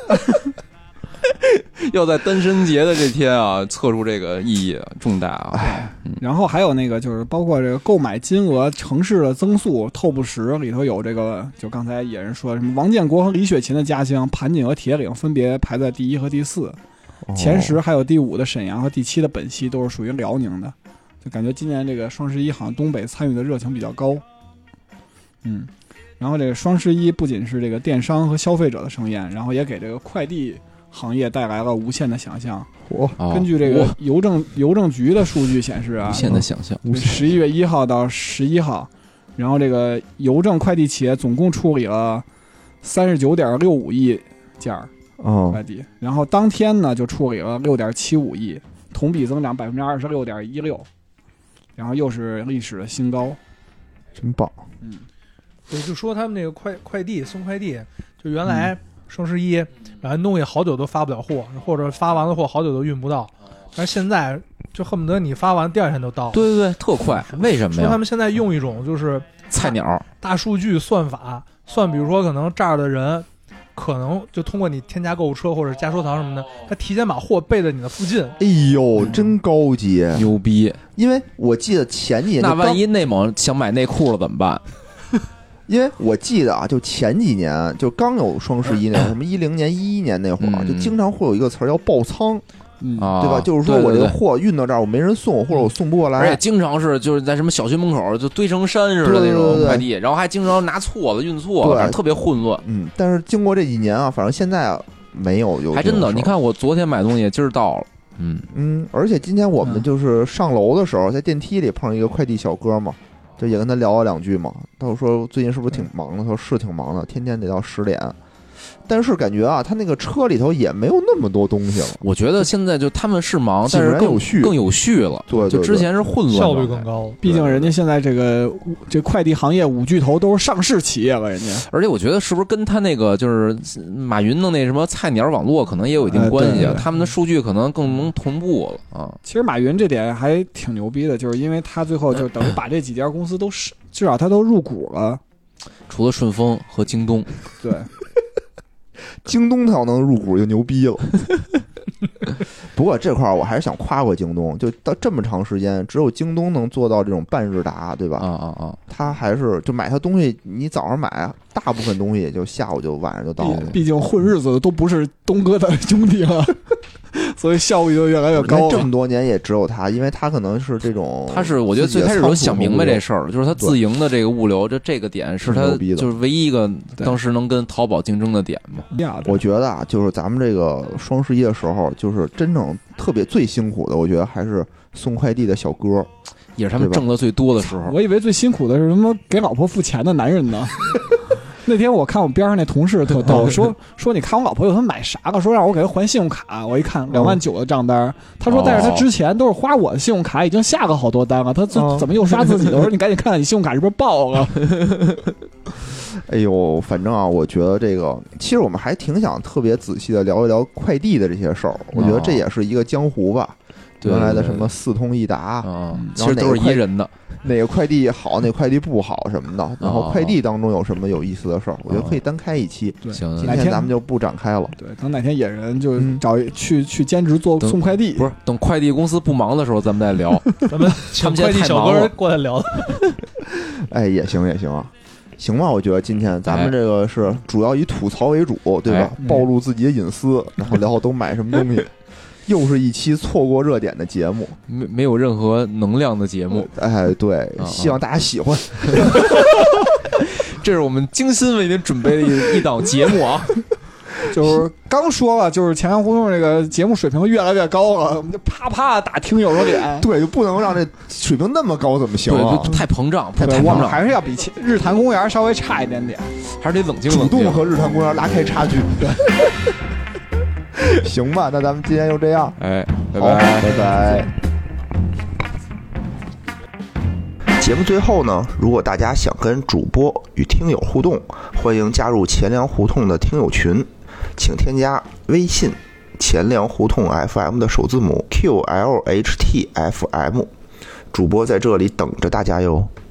Speaker 1: 要在单身节的这天啊，测出这个意义重大啊！
Speaker 4: 嗯、然后还有那个就是包括这个购买金额、城市的增速、透不实里头有这个，就刚才野人说的什么王建国和李雪琴的家乡盘锦和铁岭分别排在第一和第四，前十还有第五的沈阳和第七的本溪都是属于辽宁的，就感觉今年这个双十一好像东北参与的热情比较高。嗯，然后这个双十一不仅是这个电商和消费者的盛宴，然后也给这个快递行业带来了无限的想象。
Speaker 2: 哦、
Speaker 4: 根据这个邮政邮政局的数据显示啊，
Speaker 1: 无限的想象。
Speaker 4: 十一月一号到十一号，然后这个邮政快递企业总共处理了三十九点六五亿件快递、哦，然后当天呢就处理了六点七五亿，同比增长百分之二十六点一六，然后又是历史的新高，
Speaker 2: 真棒。
Speaker 3: 嗯，对，就说他们那个快快递送快递，就原来、嗯。双十一，然后东西好久都发不了货，或者发完了货好久都运不到，但是现在就恨不得你发完第二天就到了。
Speaker 1: 对对对，特快。为什么呀？
Speaker 3: 说他们现在用一种就是
Speaker 1: 菜鸟
Speaker 3: 大数据算法，算比如说可能这儿的人，可能就通过你添加购物车或者加收藏什么的，他提前把货备在你的附近。
Speaker 2: 哎呦，真高级，
Speaker 1: 牛逼！
Speaker 2: 因为我记得前几年，
Speaker 1: 那万一内蒙想买内裤了怎么办？
Speaker 2: 因为我记得啊，就前几年就刚有双十一那会儿，什么一零年、一一年那会儿、嗯，就经常会有一个词儿叫爆仓，嗯，对吧？就是说我这个货运到这儿，我没人送，或者我送不过来，
Speaker 1: 而且经常是就是在什么小区门口就堆成山似的那种快递，然后还经常拿错了、运错了，特别混乱。
Speaker 2: 嗯，但是经过这几年啊，反正现在啊没有有，
Speaker 1: 还真的，你看我昨天买东西，今儿到了。嗯
Speaker 2: 嗯，而且今天我们就是上楼的时候，在电梯里碰上一个快递小哥嘛。就也跟他聊了两句嘛，他就说最近是不是挺忙的？他说是挺忙的，天天得到十点。但是感觉啊，他那个车里头也没有那么多东西了。
Speaker 1: 我觉得现在就他们是忙，但是更
Speaker 2: 有序，
Speaker 1: 更有序了。
Speaker 2: 对，对，对，
Speaker 1: 就之前是混乱，
Speaker 3: 效率更高。
Speaker 4: 毕竟人家现在这个这快递行业五巨头都是上市企业了，人家。
Speaker 1: 而且我觉得是不是跟他那个就是马云的那什么菜鸟网络可能也有一定关系啊？
Speaker 4: 呃、对对对，
Speaker 1: 他们的数据可能更能同步了啊。
Speaker 4: 其实马云这点还挺牛逼的，就是因为他最后就等于把这几家公司都是至少他都入股了，
Speaker 1: 除了顺丰和京东，
Speaker 4: 对。
Speaker 2: 京东它要能入股就牛逼了。不过这块儿我还是想夸过京东，就到这么长时间，只有京东能做到这种半日达，对吧？
Speaker 1: 啊啊啊！
Speaker 2: 他还是就买他东西，你早上买，大部分东西也就下午就晚上就到了。
Speaker 4: 毕竟混日子的都不是东哥的兄弟了。所以效率就越来越高。
Speaker 2: 这么多年也只有他，因为他可能是这种，
Speaker 1: 他是我觉得最开始就想明白这事儿，就是他自营的这个物流，这这个点是他就是唯一一个当时能跟淘宝竞争的点嘛。
Speaker 2: 我觉得啊，就是咱们这个双十一的时候，就是真正特别最辛苦的，我觉得还是送快递的小哥，
Speaker 1: 也是他们挣的最多的时候。
Speaker 4: 我以为最辛苦的是什么给老婆付钱的男人呢。那天我看我边上那同事特逗，说说你看我老婆有他买啥了，说让我给他还信用卡，我一看两万九的账单，他说但是他之前都是花我的信用卡，已经下了好多单了，他怎么又刷自己的？我说你赶紧看看你信用卡是不是爆了。
Speaker 2: 哎呦，反正啊，我觉得这个其实我们还挺想特别仔细的聊一聊快递的这些事儿，我觉得这也是一个江湖吧。原来的什么四通一达
Speaker 1: 啊，其实都是一人的。
Speaker 2: 哪个快递好，哪个快递不好什么的，然后快递当中有什么有意思的事儿，我觉得可以单开一期。
Speaker 4: 对，
Speaker 1: 行，
Speaker 2: 今天咱们就不展开了。
Speaker 4: 对，等哪天野人就找去去兼职做送快递，
Speaker 1: 不是等快递公司不忙的时候咱们再聊。
Speaker 3: 咱们请快递小哥过来聊。
Speaker 2: 哎，也行也行啊。行吧，我觉得今天咱们这个是主要以吐槽为主，对吧？暴露自己的隐私，然后聊都买什么东西。又是一期错过热点的节目，
Speaker 1: 没没有任何能量的节目。
Speaker 2: 哎，对，希望大家喜欢。
Speaker 1: 这是我们精心为您准备的一一档节目啊。
Speaker 4: 就是刚说了，就是钱粮胡同这个节目水平越来越高了，我们就啪啪打听友的脸。
Speaker 2: 对，就不能让这水平那么高，怎么行啊？
Speaker 1: 对，太膨胀，太
Speaker 4: 膨
Speaker 1: 胀，我
Speaker 4: 们还是要比日坛公园稍微差一点点，
Speaker 1: 还是得冷静冷
Speaker 2: 静，主动和日坛公园拉开差距。对。行吧，那咱们今天就这样。
Speaker 1: 哎，拜
Speaker 2: 拜拜拜。节目最后呢，如果大家想跟主播与听友互动，欢迎加入钱粮胡同的听友群，请添加微信钱粮胡同 F M 的首字母 Q L H T F M， 主播在这里等着大家哟。